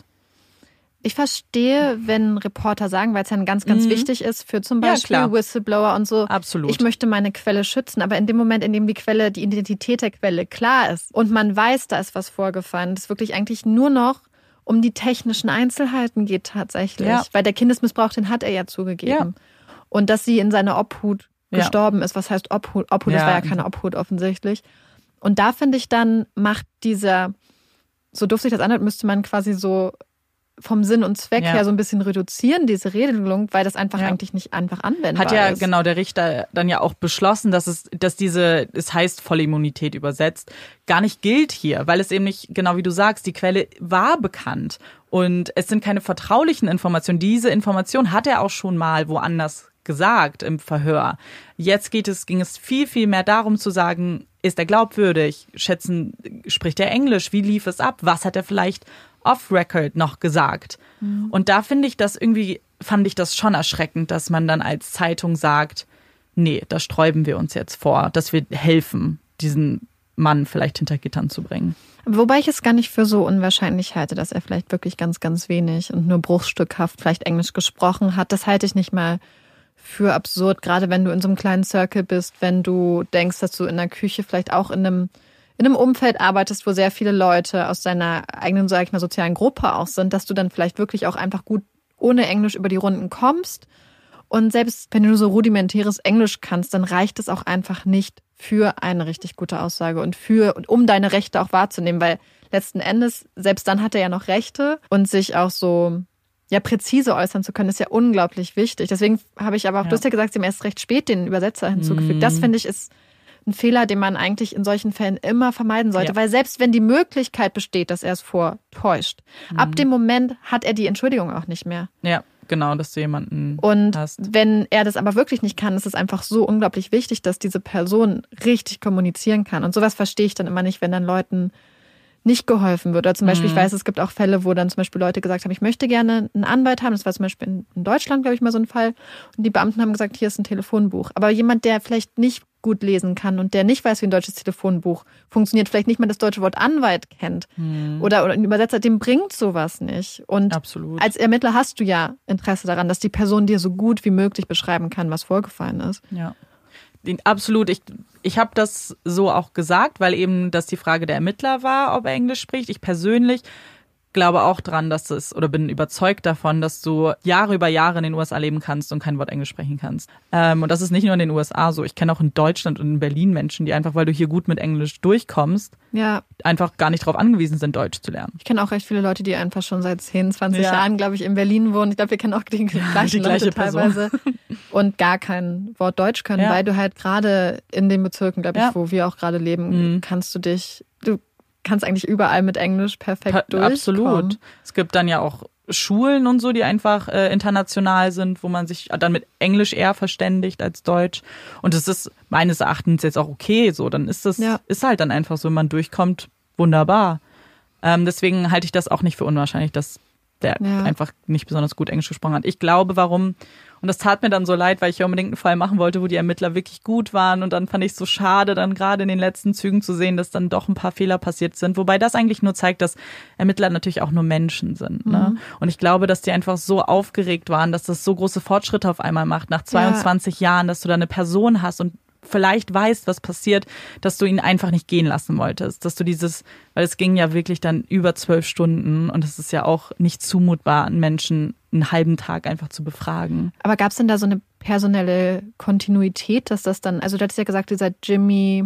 Ich verstehe, wenn Reporter sagen, weil es ja ganz, ganz mhm. wichtig ist für zum Beispiel ja, Whistleblower und so. Absolut. Ich möchte meine Quelle schützen, aber in dem Moment, in dem die Quelle, die Identität der Quelle klar ist und man weiß, da ist was vorgefallen, es wirklich eigentlich nur noch um die technischen Einzelheiten geht tatsächlich. Ja. Weil der Kindesmissbrauch, den hat er ja zugegeben. Ja. Und dass sie in seiner Obhut ja. gestorben ist. Was heißt Obhut? Obhut, ja. das war ja keine Obhut offensichtlich. Und da finde ich dann, macht dieser, so doof sich das anhört, müsste man quasi so vom Sinn und Zweck ja. her so ein bisschen reduzieren, diese Regelung, weil das einfach ja. eigentlich nicht einfach anwendbar ist. Hat ja ist. genau der Richter dann ja auch beschlossen, dass es, dass diese, es heißt Vollimmunität übersetzt, gar nicht gilt hier, weil es eben nicht, genau wie du sagst, die Quelle war bekannt und es sind keine vertraulichen Informationen. Diese Information hat er auch schon mal woanders gesagt im Verhör. Jetzt geht es, ging es viel, viel mehr darum zu sagen, ist er glaubwürdig? Schätzen, spricht er Englisch? Wie lief es ab? Was hat er vielleicht off-record noch gesagt? Mhm. Und da finde ich das irgendwie, fand ich das schon erschreckend, dass man dann als Zeitung sagt, nee, da sträuben wir uns jetzt vor, dass wir helfen, diesen Mann vielleicht hinter Gittern zu bringen. Wobei ich es gar nicht für so unwahrscheinlich halte, dass er vielleicht wirklich ganz, ganz wenig und nur bruchstückhaft vielleicht Englisch gesprochen hat. Das halte ich nicht mal für absurd, gerade wenn du in so einem kleinen Circle bist, wenn du denkst, dass du in der Küche vielleicht auch in einem in einem Umfeld arbeitest, wo sehr viele Leute aus deiner eigenen, sag ich mal, sozialen Gruppe auch sind, dass du dann vielleicht wirklich auch einfach gut ohne Englisch über die Runden kommst. Und selbst wenn du so rudimentäres Englisch kannst, dann reicht es auch einfach nicht für eine richtig gute Aussage und für, um deine Rechte auch wahrzunehmen, weil letzten Endes, selbst dann hat er ja noch Rechte und sich auch so ja präzise äußern zu können, ist ja unglaublich wichtig. Deswegen habe ich aber auch, ja. du hast ja gesagt, sie haben erst recht spät den Übersetzer hinzugefügt. Mhm. Das finde ich ist ein Fehler, den man eigentlich in solchen Fällen immer vermeiden sollte. Ja. Weil selbst wenn die Möglichkeit besteht, dass er es vortäuscht, mhm. ab dem Moment hat er die Entschuldigung auch nicht mehr. Ja, genau, dass du jemanden Und hast. wenn er das aber wirklich nicht kann, ist es einfach so unglaublich wichtig, dass diese Person richtig kommunizieren kann. Und sowas verstehe ich dann immer nicht, wenn dann Leuten nicht geholfen wird. Oder zum Beispiel, mhm. ich weiß, es gibt auch Fälle, wo dann zum Beispiel Leute gesagt haben, ich möchte gerne einen Anwalt haben. Das war zum Beispiel in Deutschland, glaube ich, mal so ein Fall. Und die Beamten haben gesagt, hier ist ein Telefonbuch. Aber jemand, der vielleicht nicht gut lesen kann und der nicht weiß, wie ein deutsches Telefonbuch funktioniert, vielleicht nicht mal das deutsche Wort Anwalt kennt mhm. oder, oder ein Übersetzer, dem bringt sowas nicht. Und Absolut. Als Ermittler hast du ja Interesse daran, dass die Person dir so gut wie möglich beschreiben kann, was vorgefallen ist. Ja. Absolut. Ich, ich habe das so auch gesagt, weil eben das die Frage der Ermittler war, ob er Englisch spricht. Ich persönlich glaube auch dran, dass es, oder bin überzeugt davon, dass du Jahre über Jahre in den U S A leben kannst und kein Wort Englisch sprechen kannst. Ähm, und das ist nicht nur in den U S A so. Ich kenne auch in Deutschland und in Berlin Menschen, die einfach, weil du hier gut mit Englisch durchkommst, ja. einfach gar nicht darauf angewiesen sind, Deutsch zu lernen. Ich kenne auch recht viele Leute, die einfach schon seit zehn, zwanzig ja. Jahren, glaube ich, in Berlin wohnen. Ich glaube, wir kennen auch die gleichen die gleiche Leute teilweise. Und gar kein Wort Deutsch können, ja. weil du halt gerade in den Bezirken, glaube ich, ja. wo wir auch gerade leben, mhm. kannst du dich, du kannst eigentlich überall mit Englisch perfekt pa- durchkommen. Absolut. Es gibt dann ja auch Schulen und so, die einfach äh, international sind, wo man sich dann mit Englisch eher verständigt als Deutsch. Und das ist meines Erachtens jetzt auch okay. So, dann ist das Ja. ist halt dann einfach so, wenn man durchkommt, wunderbar. Ähm, deswegen halte ich das auch nicht für unwahrscheinlich, dass der Ja. einfach nicht besonders gut Englisch gesprochen hat. Ich glaube, warum, und das tat mir dann so leid, weil ich ja unbedingt einen Fall machen wollte, wo die Ermittler wirklich gut waren und dann fand ich es so schade, dann gerade in den letzten Zügen zu sehen, dass dann doch ein paar Fehler passiert sind, wobei das eigentlich nur zeigt, dass Ermittler natürlich auch nur Menschen sind. Ne? Mhm. Und ich glaube, dass die einfach so aufgeregt waren, dass das so große Fortschritte auf einmal macht, nach zweiundzwanzig Jahren, dass du da eine Person hast und vielleicht weißt, was passiert, dass du ihn einfach nicht gehen lassen wolltest. Dass du dieses, weil es ging ja wirklich dann über zwölf Stunden und es ist ja auch nicht zumutbar, einen Menschen einen halben Tag einfach zu befragen. Aber gab es denn da so eine personelle Kontinuität, dass das dann, also du hattest ja gesagt, dieser Jimmy,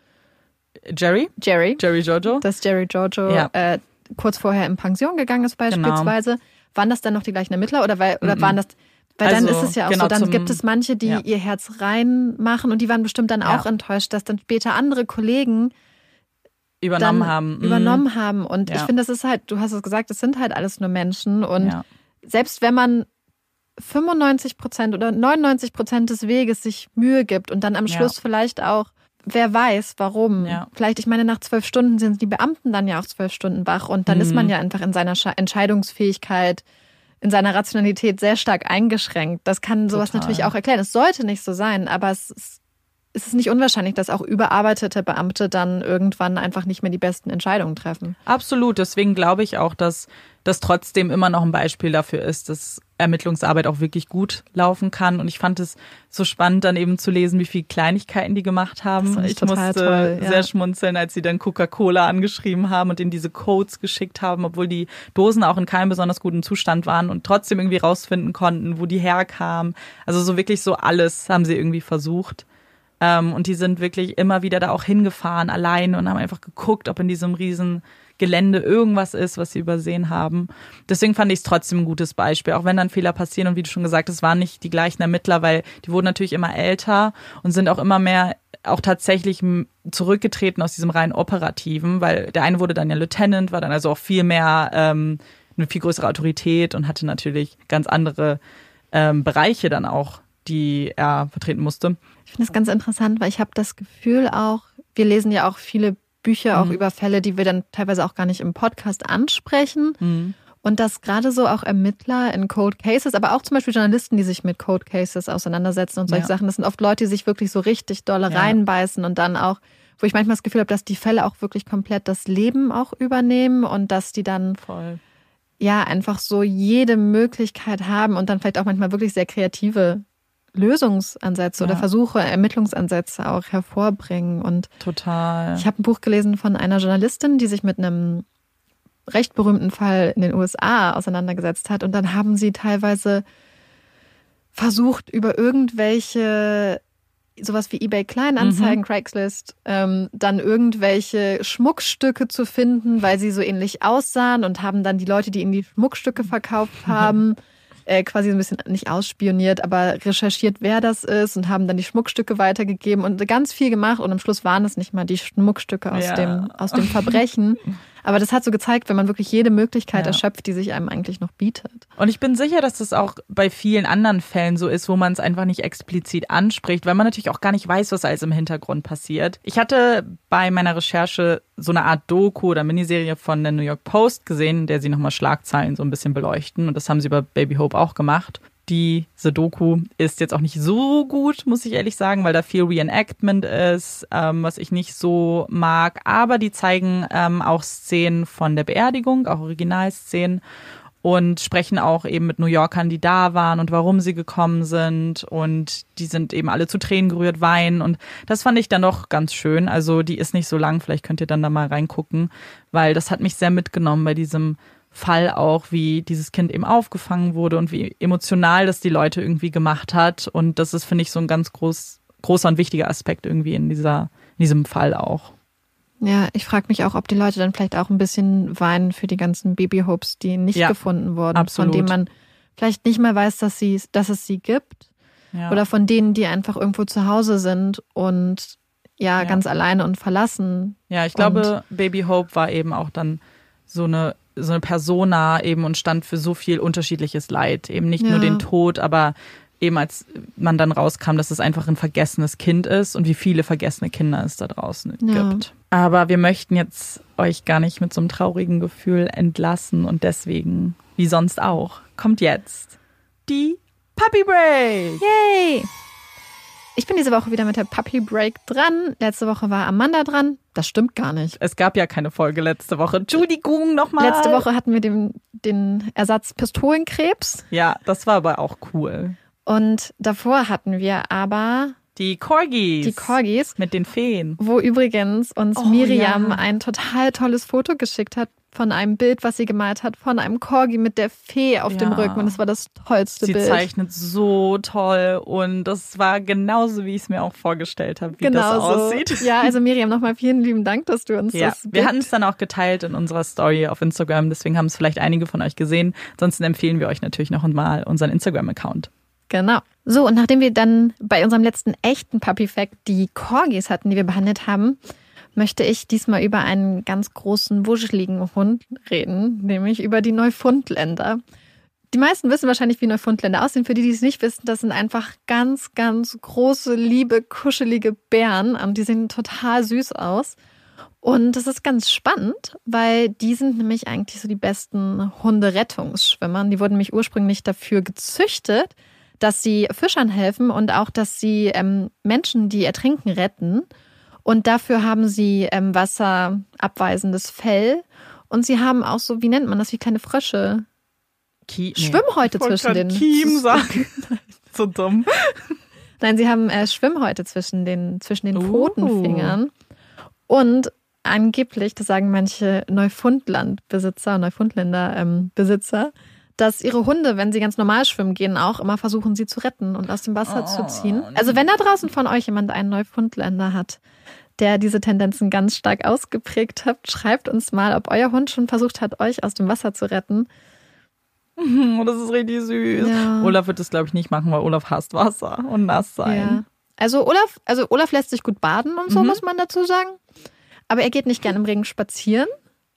Jerry? Jerry, Jerry Giorgio? dass Jerry Giorgio Ja. äh, kurz vorher in Pension gegangen ist beispielsweise. Genau. Waren das dann noch die gleichen Ermittler oder, weil, oder Mhm. waren das, weil Also, dann ist es ja auch genau, so, dann zum- gibt es manche, die ja. ihr Herz reinmachen und die waren bestimmt dann Ja. auch enttäuscht, dass dann später andere Kollegen Übernommen dann haben. Mhm. übernommen haben. Und Ja. ich finde, das ist halt, du hast es gesagt, es sind halt alles nur Menschen. Und Ja. selbst wenn man fünfundneunzig Prozent oder neunundneunzig Prozent des Weges sich Mühe gibt und dann am Ja. Schluss vielleicht auch, wer weiß, warum. Ja. Vielleicht, ich meine, nach zwölf Stunden sind die Beamten dann ja auch zwölf Stunden wach und dann Mhm. ist man ja einfach in seiner Sche- Entscheidungsfähigkeit, in seiner Rationalität sehr stark eingeschränkt. Das kann sowas Total. natürlich auch erklären. Es sollte nicht so sein, aber es ist, es ist nicht unwahrscheinlich, dass auch überarbeitete Beamte dann irgendwann einfach nicht mehr die besten Entscheidungen treffen. Absolut. Deswegen glaube ich auch, dass das trotzdem immer noch ein Beispiel dafür ist, dass Ermittlungsarbeit auch wirklich gut laufen kann. Und ich fand es so spannend, dann eben zu lesen, wie viele Kleinigkeiten die gemacht haben. Das fand ich Ich total musste toll, ja. sehr schmunzeln, als sie dann Coca-Cola angeschrieben haben und ihnen diese Codes geschickt haben, obwohl die Dosen auch in keinem besonders guten Zustand waren und trotzdem irgendwie rausfinden konnten, wo die herkamen. Also so wirklich so alles haben sie irgendwie versucht. Ähm, und die sind wirklich immer wieder da auch hingefahren, alleine und haben einfach geguckt, ob in diesem riesen Gelände irgendwas ist, was sie übersehen haben. Deswegen fand ich es trotzdem ein gutes Beispiel, auch wenn dann Fehler passieren und wie du schon gesagt hast, es waren nicht die gleichen Ermittler, weil die wurden natürlich immer älter und sind auch immer mehr auch tatsächlich zurückgetreten aus diesem rein operativen, weil der eine wurde dann ja Lieutenant, war dann also auch viel mehr, ähm, eine viel größere Autorität und hatte natürlich ganz andere ähm, Bereiche dann auch, die er vertreten musste. Ich finde das ganz interessant, weil ich habe das Gefühl auch, wir lesen ja auch viele Bücher auch Mhm. über Fälle, die wir dann teilweise auch gar nicht im Podcast ansprechen. Mhm. Und dass gerade so auch Ermittler in Cold Cases, aber auch zum Beispiel Journalisten, die sich mit Cold Cases auseinandersetzen und solche Ja. Sachen, das sind oft Leute, die sich wirklich so richtig dolle Ja. reinbeißen und dann auch, wo ich manchmal das Gefühl habe, dass die Fälle auch wirklich komplett das Leben auch übernehmen und dass die dann Voll. ja einfach so jede Möglichkeit haben und dann vielleicht auch manchmal wirklich sehr kreative Lösungsansätze Ja. oder Versuche, Ermittlungsansätze auch hervorbringen. Und Total. ich habe ein Buch gelesen von einer Journalistin, die sich mit einem recht berühmten Fall in den U S A auseinandergesetzt hat. Und dann haben sie teilweise versucht, über irgendwelche, sowas wie eBay Kleinanzeigen, Mhm. Craigslist, ähm, dann irgendwelche Schmuckstücke zu finden, weil sie so ähnlich aussahen und haben dann die Leute, die ihnen die Schmuckstücke verkauft haben, äh, quasi so ein bisschen nicht ausspioniert, aber recherchiert, wer das ist und haben dann die Schmuckstücke weitergegeben und ganz viel gemacht und am Schluss waren es nicht mal die Schmuckstücke aus, Ja. dem, aus dem Verbrechen. Aber das hat so gezeigt, wenn man wirklich jede Möglichkeit Ja. erschöpft, die sich einem eigentlich noch bietet. Und ich bin sicher, dass das auch bei vielen anderen Fällen so ist, wo man es einfach nicht explizit anspricht, weil man natürlich auch gar nicht weiß, was alles im Hintergrund passiert. Ich hatte bei meiner Recherche so eine Art Doku oder Miniserie von der New York Post gesehen, in der sie nochmal Schlagzeilen so ein bisschen beleuchten. Und das haben sie bei Baby Hope auch gemacht. Diese Doku ist jetzt auch nicht so gut, muss ich ehrlich sagen, weil da viel Reenactment ist, ähm, was ich nicht so mag. Aber die zeigen ähm, auch Szenen von der Beerdigung, auch Originalszenen. Und sprechen auch eben mit New Yorkern, die da waren und warum sie gekommen sind. Und die sind eben alle zu Tränen gerührt, weinen. Und das fand ich dann doch ganz schön. Also die ist nicht so lang, vielleicht könnt ihr dann da mal reingucken, weil das hat mich sehr mitgenommen bei diesem Fall auch, wie dieses Kind eben aufgefangen wurde und wie emotional das die Leute irgendwie gemacht hat. Und das ist, finde ich, so ein ganz groß, großer und wichtiger Aspekt irgendwie in dieser, in diesem Fall auch. Ja, ich frage mich auch, ob die Leute dann vielleicht auch ein bisschen weinen für die ganzen Baby Hopes, die nicht Ja, gefunden wurden, absolut. von denen man vielleicht nicht mehr weiß, dass, sie, dass es sie gibt. Ja. Oder von denen, die einfach irgendwo zu Hause sind und ja, Ja. ganz alleine und verlassen. Ja, ich glaube, Baby Hope war eben auch dann so eine so eine Persona eben und stand für so viel unterschiedliches Leid. Eben nicht Ja. nur den Tod, aber eben als man dann rauskam, dass es einfach ein vergessenes Kind ist und wie viele vergessene Kinder es da draußen Ja. gibt. Aber wir möchten jetzt euch gar nicht mit so einem traurigen Gefühl entlassen und deswegen, wie sonst auch, kommt jetzt die Puppy Break. Yay! Ich bin diese Woche wieder mit der Puppy Break dran. Letzte Woche war Amanda dran. Das stimmt gar nicht. Es gab ja keine Folge letzte Woche. Entschuldigung nochmal. Letzte Woche hatten wir den, den Ersatz Pistolenkrebs. Ja, das war aber auch cool. Und davor hatten wir aber Die Corgis. die Corgis, Mit den Feen. wo übrigens uns Oh, Miriam ja. ein total tolles Foto geschickt hat von einem Bild, was sie gemalt hat, von einem Corgi mit der Fee auf dem Ja. Rücken. Und das war das tollste Sie Bild. zeichnet so toll und das war genauso, wie ich es mir auch vorgestellt habe, wie Genau das so. aussieht. Ja, also Miriam, nochmal vielen lieben Dank, dass du uns Ja, das wir Bild... hatten es dann auch geteilt in unserer Story auf Instagram, deswegen haben es vielleicht einige von euch gesehen. Ansonsten empfehlen wir euch natürlich noch mal unseren Instagram-Account. Genau. So, und nachdem wir dann bei unserem letzten echten Puppy-Fact die Corgis hatten, die wir behandelt haben, möchte ich diesmal über einen ganz großen, wuscheligen Hund reden, nämlich über die Neufundländer. Die meisten wissen wahrscheinlich, wie Neufundländer aussehen. Für die, die es nicht wissen, das sind einfach ganz, ganz große, liebe, kuschelige Bären. Und die sehen total süß aus. Und das ist ganz spannend, weil die sind nämlich eigentlich so die besten Hunderettungsschwimmer. Die wurden nämlich ursprünglich dafür gezüchtet, dass sie Fischern helfen und auch, dass sie ähm, Menschen, die ertrinken, retten. Und dafür haben sie ähm, wasserabweisendes Fell. Und sie haben auch so, wie nennt man das, wie kleine Frösche. Kie- nee. Schwimmhäute Ich wollte zwischen grad den... Kiem sagen. So dumm. Nein, sie haben äh, Schwimmhäute zwischen den, zwischen den Uh. Pfotenfingern. Und angeblich, das sagen manche Neufundlandbesitzer, Neufundländer-Besitzer, dass ihre Hunde, wenn sie ganz normal schwimmen gehen, auch immer versuchen, sie zu retten und aus dem Wasser Oh, zu ziehen. Also wenn da draußen von euch jemand einen Neufundländer hat, der diese Tendenzen ganz stark ausgeprägt hat, schreibt uns mal, ob euer Hund schon versucht hat, euch aus dem Wasser zu retten. Oh, das ist richtig süß. Ja. Olaf wird das, glaube ich, nicht machen, weil Olaf hasst Wasser und nass sein. Ja. Also Olaf, also Olaf lässt sich gut baden und so, Mhm. muss man dazu sagen. Aber er geht nicht gern im Regen spazieren.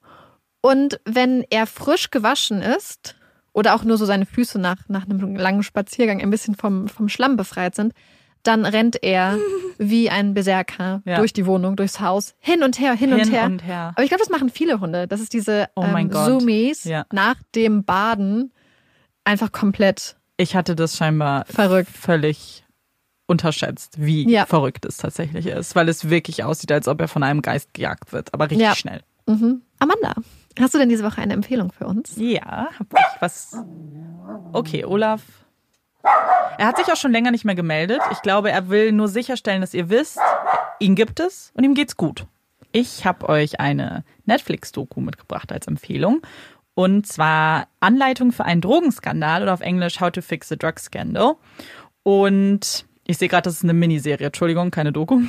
Und wenn er frisch gewaschen ist oder auch nur so seine Füße nach, nach einem langen Spaziergang ein bisschen vom, vom Schlamm befreit sind, dann rennt er wie ein Berserker Ja. durch die Wohnung, durchs Haus, hin und her, hin, und Hin her. und her. Aber ich glaube, das machen viele Hunde. Das ist diese Oh mein ähm, Gott. Zoomies Ja. nach dem Baden einfach komplett Ich hatte das scheinbar verrückt. völlig unterschätzt, wie Ja. verrückt es tatsächlich ist, weil es wirklich aussieht, als ob er von einem Geist gejagt wird, aber richtig Ja. schnell. Mhm. Amanda, hast du denn diese Woche eine Empfehlung für uns? Ja, hab ich was. Okay, Olaf. Er hat sich auch schon länger nicht mehr gemeldet. Ich glaube, er will nur sicherstellen, dass ihr wisst, ihn gibt es und ihm geht's gut. Ich habe euch eine Netflix-Doku mitgebracht als Empfehlung. Und zwar Anleitung für einen Drogenskandal oder auf Englisch How to Fix a Drug Scandal. Und ich sehe gerade, das ist eine Miniserie. Entschuldigung, keine Doku.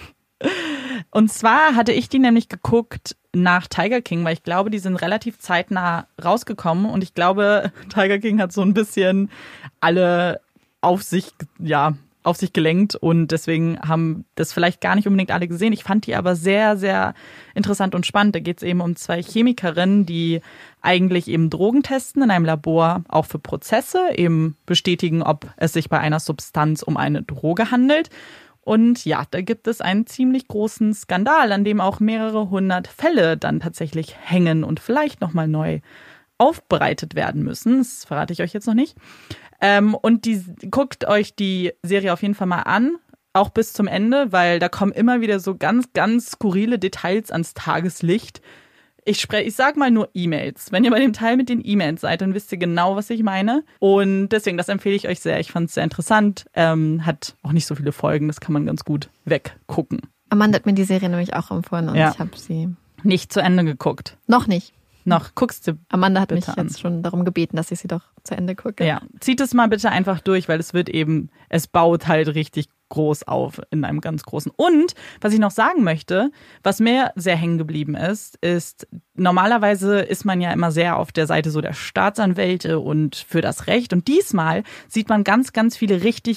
Und zwar hatte ich die nämlich geguckt nach Tiger King, weil ich glaube, die sind relativ zeitnah rausgekommen. Und ich glaube, Tiger King hat so ein bisschen alle auf sich, ja, auf sich gelenkt und deswegen haben das vielleicht gar nicht unbedingt alle gesehen. Ich fand die aber sehr, sehr interessant und spannend. Da geht es eben um zwei Chemikerinnen, die eigentlich eben Drogen testen in einem Labor, auch für Prozesse, eben bestätigen, ob es sich bei einer Substanz um eine Droge handelt. Und ja, da gibt es einen ziemlich großen Skandal, an dem auch mehrere hundert Fälle dann tatsächlich hängen und vielleicht nochmal neu aufbereitet werden müssen. Das verrate ich euch jetzt noch nicht. Ähm, und die, guckt euch die Serie auf jeden Fall mal an, auch bis zum Ende, weil da kommen immer wieder so ganz, ganz skurrile Details ans Tageslicht. Ich spreche, ich sag mal nur E-Mails. Wenn ihr bei dem Teil mit den E-Mails seid, dann wisst ihr genau, was ich meine. Und deswegen, das empfehle ich euch sehr. Ich fand es sehr interessant. Ähm, hat auch nicht so viele Folgen, das kann man ganz gut weggucken. Amanda hat mir die Serie nämlich auch empfohlen und Ja. ich habe sie Nicht zu Ende geguckt. noch nicht. Noch, guckst du. Amanda hat Bitte mich an. jetzt schon darum gebeten, dass ich sie doch zu Ende gucke. Ja, zieht es mal bitte einfach durch, weil es wird eben, es baut halt richtig groß auf in einem ganz großen. Und was ich noch sagen möchte, was mir sehr hängen geblieben ist, ist, normalerweise ist man ja immer sehr auf der Seite so der Staatsanwälte und für das Recht. Und diesmal sieht man ganz, ganz viele richtig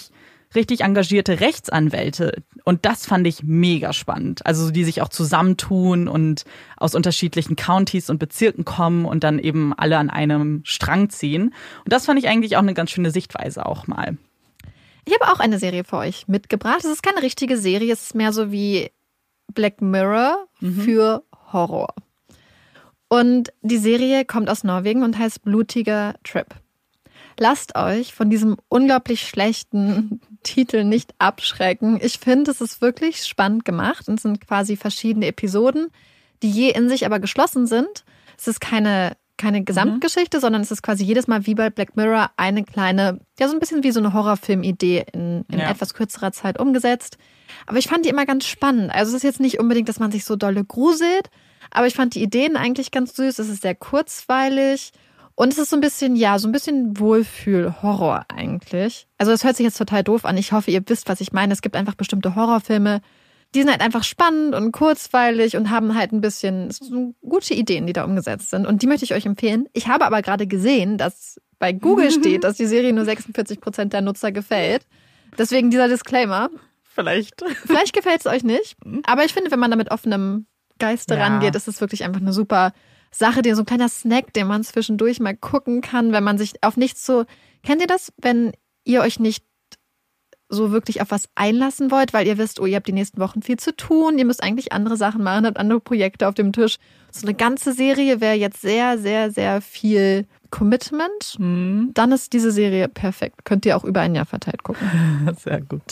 richtig engagierte Rechtsanwälte. Und das fand ich mega spannend. Also die sich auch zusammentun und aus unterschiedlichen Countys und Bezirken kommen und dann eben alle an einem Strang ziehen. Und das fand ich eigentlich auch eine ganz schöne Sichtweise auch mal. Ich habe auch eine Serie für euch mitgebracht. Es ist keine richtige Serie, es ist mehr so wie Black Mirror mhm. für Horror. Und die Serie kommt aus Norwegen und heißt Blutiger Trip. Lasst euch von diesem unglaublich schlechten Titel nicht abschrecken. Ich finde, es ist wirklich spannend gemacht und es sind quasi verschiedene Episoden, die je in sich aber geschlossen sind. Es ist keine, keine Gesamtgeschichte, mhm. sondern es ist quasi jedes Mal wie bei Black Mirror eine kleine, ja so ein bisschen wie so eine Horrorfilm-Idee in, in ja. etwas kürzerer Zeit umgesetzt. Aber ich fand die immer ganz spannend. Also es ist jetzt nicht unbedingt, dass man sich so dolle gruselt, aber ich fand die Ideen eigentlich ganz süß. Es ist sehr kurzweilig. Und es ist so ein bisschen, ja, so ein bisschen Wohlfühl-Horror eigentlich. Also das hört sich jetzt total doof an. Ich hoffe, ihr wisst, was ich meine. Es gibt einfach bestimmte Horrorfilme, die sind halt einfach spannend und kurzweilig und haben halt ein bisschen so gute Ideen, die da umgesetzt sind. Und die möchte ich euch empfehlen. Ich habe aber gerade gesehen, dass bei Google steht, dass die Serie nur sechsundvierzig Prozent der Nutzer gefällt. Deswegen dieser Disclaimer. Vielleicht. Vielleicht gefällt es euch nicht. Aber ich finde, wenn man da mit offenem Geiste ja. rangeht, ist es wirklich einfach eine super Sache, die so ein kleiner Snack, den man zwischendurch mal gucken kann, wenn man sich auf nichts so... Kennt ihr das, wenn ihr euch nicht so wirklich auf was einlassen wollt, weil ihr wisst, oh, ihr habt die nächsten Wochen viel zu tun, ihr müsst eigentlich andere Sachen machen, habt andere Projekte auf dem Tisch. So eine ganze Serie wäre jetzt sehr, sehr, sehr viel Commitment. Mhm. Dann ist diese Serie perfekt. Könnt ihr auch über ein Jahr verteilt gucken. Sehr gut.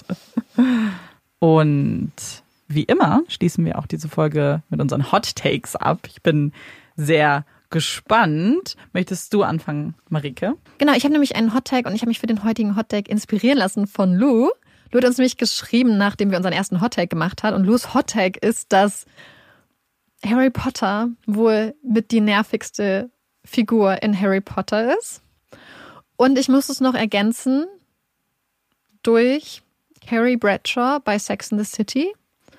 Und wie immer schließen wir auch diese Folge mit unseren Hot Takes ab. Ich bin sehr gespannt. Möchtest du anfangen, Marike? Genau, ich habe nämlich einen Hot Take und ich habe mich für den heutigen Hot Take inspirieren lassen von Lou. Lou hat uns nämlich geschrieben, nachdem wir unseren ersten Hot Take gemacht haben. Und Lou's Hot Take ist, dass Harry Potter wohl mit die nervigste Figur in Harry Potter ist. Und ich muss es noch ergänzen durch Carrie Bradshaw bei Sex and the City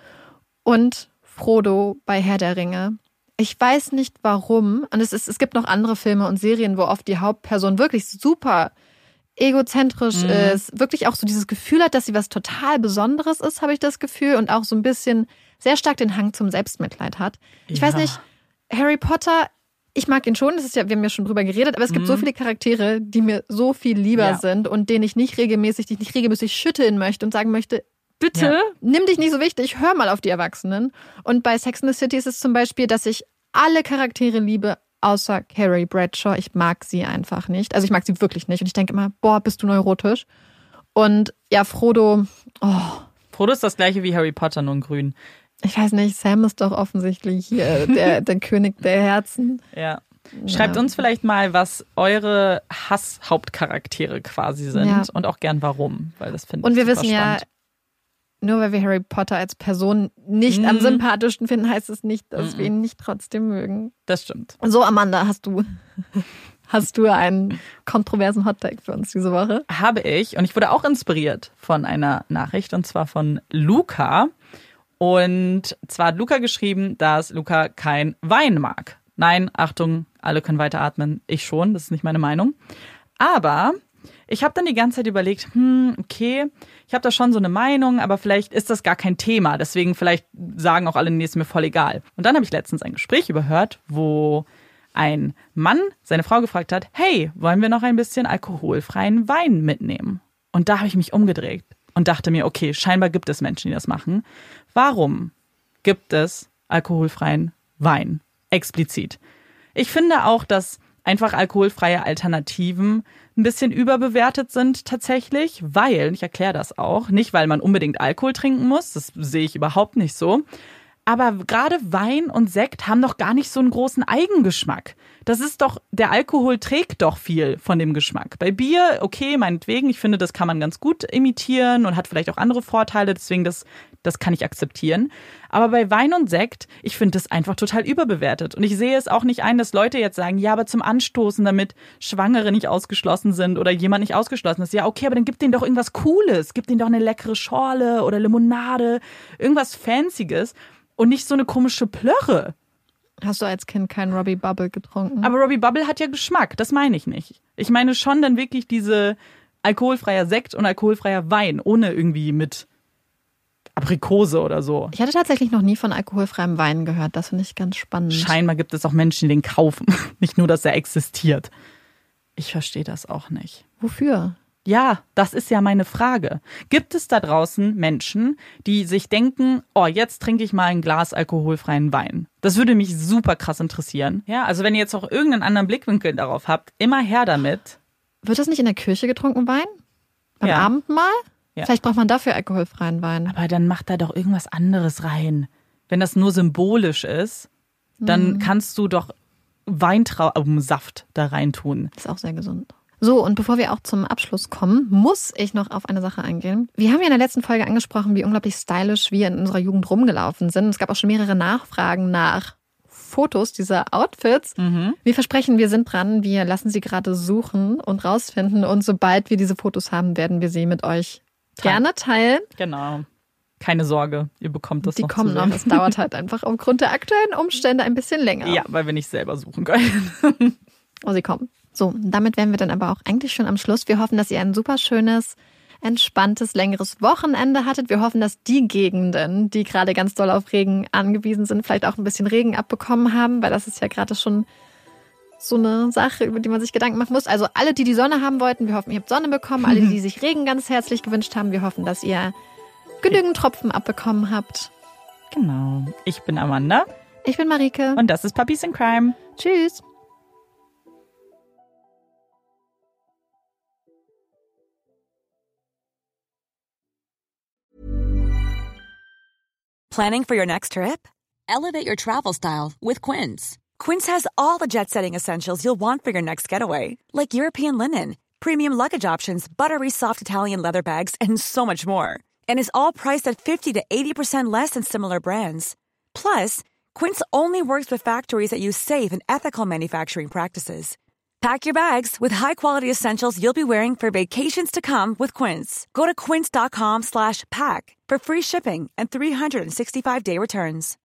und Frodo bei Herr der Ringe. Ich weiß nicht warum, und es, ist, es gibt noch andere Filme und Serien, wo oft die Hauptperson wirklich super egozentrisch mhm. ist, wirklich auch so dieses Gefühl hat, dass sie was total Besonderes ist, habe ich das Gefühl, und auch so ein bisschen sehr stark den Hang zum Selbstmitleid hat. Ich ja. weiß nicht, Harry Potter, ich mag ihn schon, das ist ja, wir haben ja schon drüber geredet, aber es gibt mhm. so viele Charaktere, die mir so viel lieber ja. sind und denen ich nicht regelmäßig, die ich nicht regelmäßig schütteln möchte und sagen möchte, bitte, ja. nimm dich nicht so wichtig, hör mal auf die Erwachsenen. Und bei Sex and the City ist es zum Beispiel, dass ich alle Charaktere liebe, außer Carrie Bradshaw. Ich mag sie einfach nicht. Also ich mag sie wirklich nicht. Und ich denke immer, boah, bist du neurotisch. Und ja, Frodo, oh. Frodo ist das gleiche wie Harry Potter, nur in grün. Ich weiß nicht, Sam ist doch offensichtlich hier der, der König der Herzen. Ja. Schreibt ja. uns vielleicht mal, was eure Hass-Hauptcharaktere quasi sind ja. und auch gern warum, weil das finde ich Und wir super wissen spannend. ja, nur weil wir Harry Potter als Person nicht mm. am sympathischsten finden, heißt es nicht, dass mm. wir ihn nicht trotzdem mögen. Das stimmt. So, Amanda, hast du, hast du einen kontroversen Hot-Take für uns diese Woche? Habe ich. Und ich wurde auch inspiriert von einer Nachricht, und zwar von Luca. Und zwar hat Luca geschrieben, dass Luca kein Wein mag. Nein, Achtung, alle können weiteratmen. Ich schon, das ist nicht meine Meinung. Aber ich habe dann die ganze Zeit überlegt, hm, okay, ich habe da schon so eine Meinung, aber vielleicht ist das gar kein Thema. Deswegen vielleicht sagen auch alle, nee, ist mir voll egal. Und dann habe ich letztens ein Gespräch überhört, wo ein Mann seine Frau gefragt hat, hey, wollen wir noch ein bisschen alkoholfreien Wein mitnehmen? Und da habe ich mich umgedreht und dachte mir, okay, scheinbar gibt es Menschen, die das machen. Warum gibt es alkoholfreien Wein? Explizit. Ich finde auch, dass einfach alkoholfreie Alternativen ein bisschen überbewertet sind tatsächlich, weil, ich erkläre das auch, nicht weil man unbedingt Alkohol trinken muss, das sehe ich überhaupt nicht so, aber gerade Wein und Sekt haben doch gar nicht so einen großen Eigengeschmack. Das ist doch, der Alkohol trägt doch viel von dem Geschmack. Bei Bier, okay, meinetwegen, ich finde, das kann man ganz gut imitieren und hat vielleicht auch andere Vorteile, deswegen das, das kann ich akzeptieren. Aber bei Wein und Sekt, ich finde das einfach total überbewertet. Und ich sehe es auch nicht ein, dass Leute jetzt sagen, ja, aber zum Anstoßen, damit Schwangere nicht ausgeschlossen sind oder jemand nicht ausgeschlossen ist. Ja, okay, aber dann gib denen doch irgendwas Cooles. Gib denen doch eine leckere Schorle oder Limonade, irgendwas Fancyes und nicht so eine komische Plörre. Hast du als Kind keinen Robbie Bubble getrunken? Aber Robbie Bubble hat ja Geschmack, das meine ich nicht. Ich meine schon dann wirklich diese alkoholfreier Sekt und alkoholfreier Wein, ohne irgendwie mit Aprikose oder so. Ich hatte tatsächlich noch nie von alkoholfreiem Wein gehört. Das finde ich ganz spannend. Scheinbar gibt es auch Menschen, die den kaufen. Nicht nur, dass er existiert. Ich verstehe das auch nicht. Wofür? Ja, das ist ja meine Frage. Gibt es da draußen Menschen, die sich denken, oh, jetzt trinke ich mal ein Glas alkoholfreien Wein? Das würde mich super krass interessieren. Ja, also wenn ihr jetzt auch irgendeinen anderen Blickwinkel darauf habt, immer her damit. Wird das nicht in der Kirche getrunken, Wein? Beim Ja. Abendmahl? Ja. Vielleicht braucht man dafür alkoholfreien Wein. Aber dann macht da doch irgendwas anderes rein. Wenn das nur symbolisch ist, dann kannst du doch Weintraubensaft da reintun. Ist auch sehr gesund. So, und bevor wir auch zum Abschluss kommen, muss ich noch auf eine Sache eingehen. Wir haben ja in der letzten Folge angesprochen, wie unglaublich stylisch wir in unserer Jugend rumgelaufen sind. Es gab auch schon mehrere Nachfragen nach Fotos dieser Outfits. Mhm. Wir versprechen, wir sind dran. Wir lassen sie gerade suchen und rausfinden. Und sobald wir diese Fotos haben, werden wir sie mit euch Teilen. gerne teilen. Genau. Keine Sorge, ihr bekommt das Die noch kommen zu noch. sehen. Es dauert halt einfach aufgrund der aktuellen Umstände ein bisschen länger. Ja, weil wir nicht selber suchen können. Oh, sie kommen. So, damit wären wir dann aber auch eigentlich schon am Schluss. Wir hoffen, dass ihr ein super schönes, entspanntes, längeres Wochenende hattet. Wir hoffen, dass die Gegenden, die gerade ganz doll auf Regen angewiesen sind, vielleicht auch ein bisschen Regen abbekommen haben, weil das ist ja gerade schon so eine Sache, über die man sich Gedanken machen muss. Also alle, die die Sonne haben wollten, wir hoffen, ihr habt Sonne bekommen. Alle, die sich Regen ganz herzlich gewünscht haben, wir hoffen, dass ihr genügend Tropfen abbekommen habt. Genau. Ich bin Amanda. Ich bin Marike. Und das ist Puppies in Crime. Tschüss. Planning for your next trip? Elevate your travel style with Quince. Quince has all the jet-setting essentials you'll want for your next getaway, like European linen, premium luggage options, buttery soft Italian leather bags, and so much more. And is all priced at fifty to eighty percent less than similar brands. Plus, Quince only works with factories that use safe and ethical manufacturing practices. Pack your bags with high-quality essentials you'll be wearing for vacations to come with Quince. Go to quince.com slash pack for free shipping and three sixty-five day returns.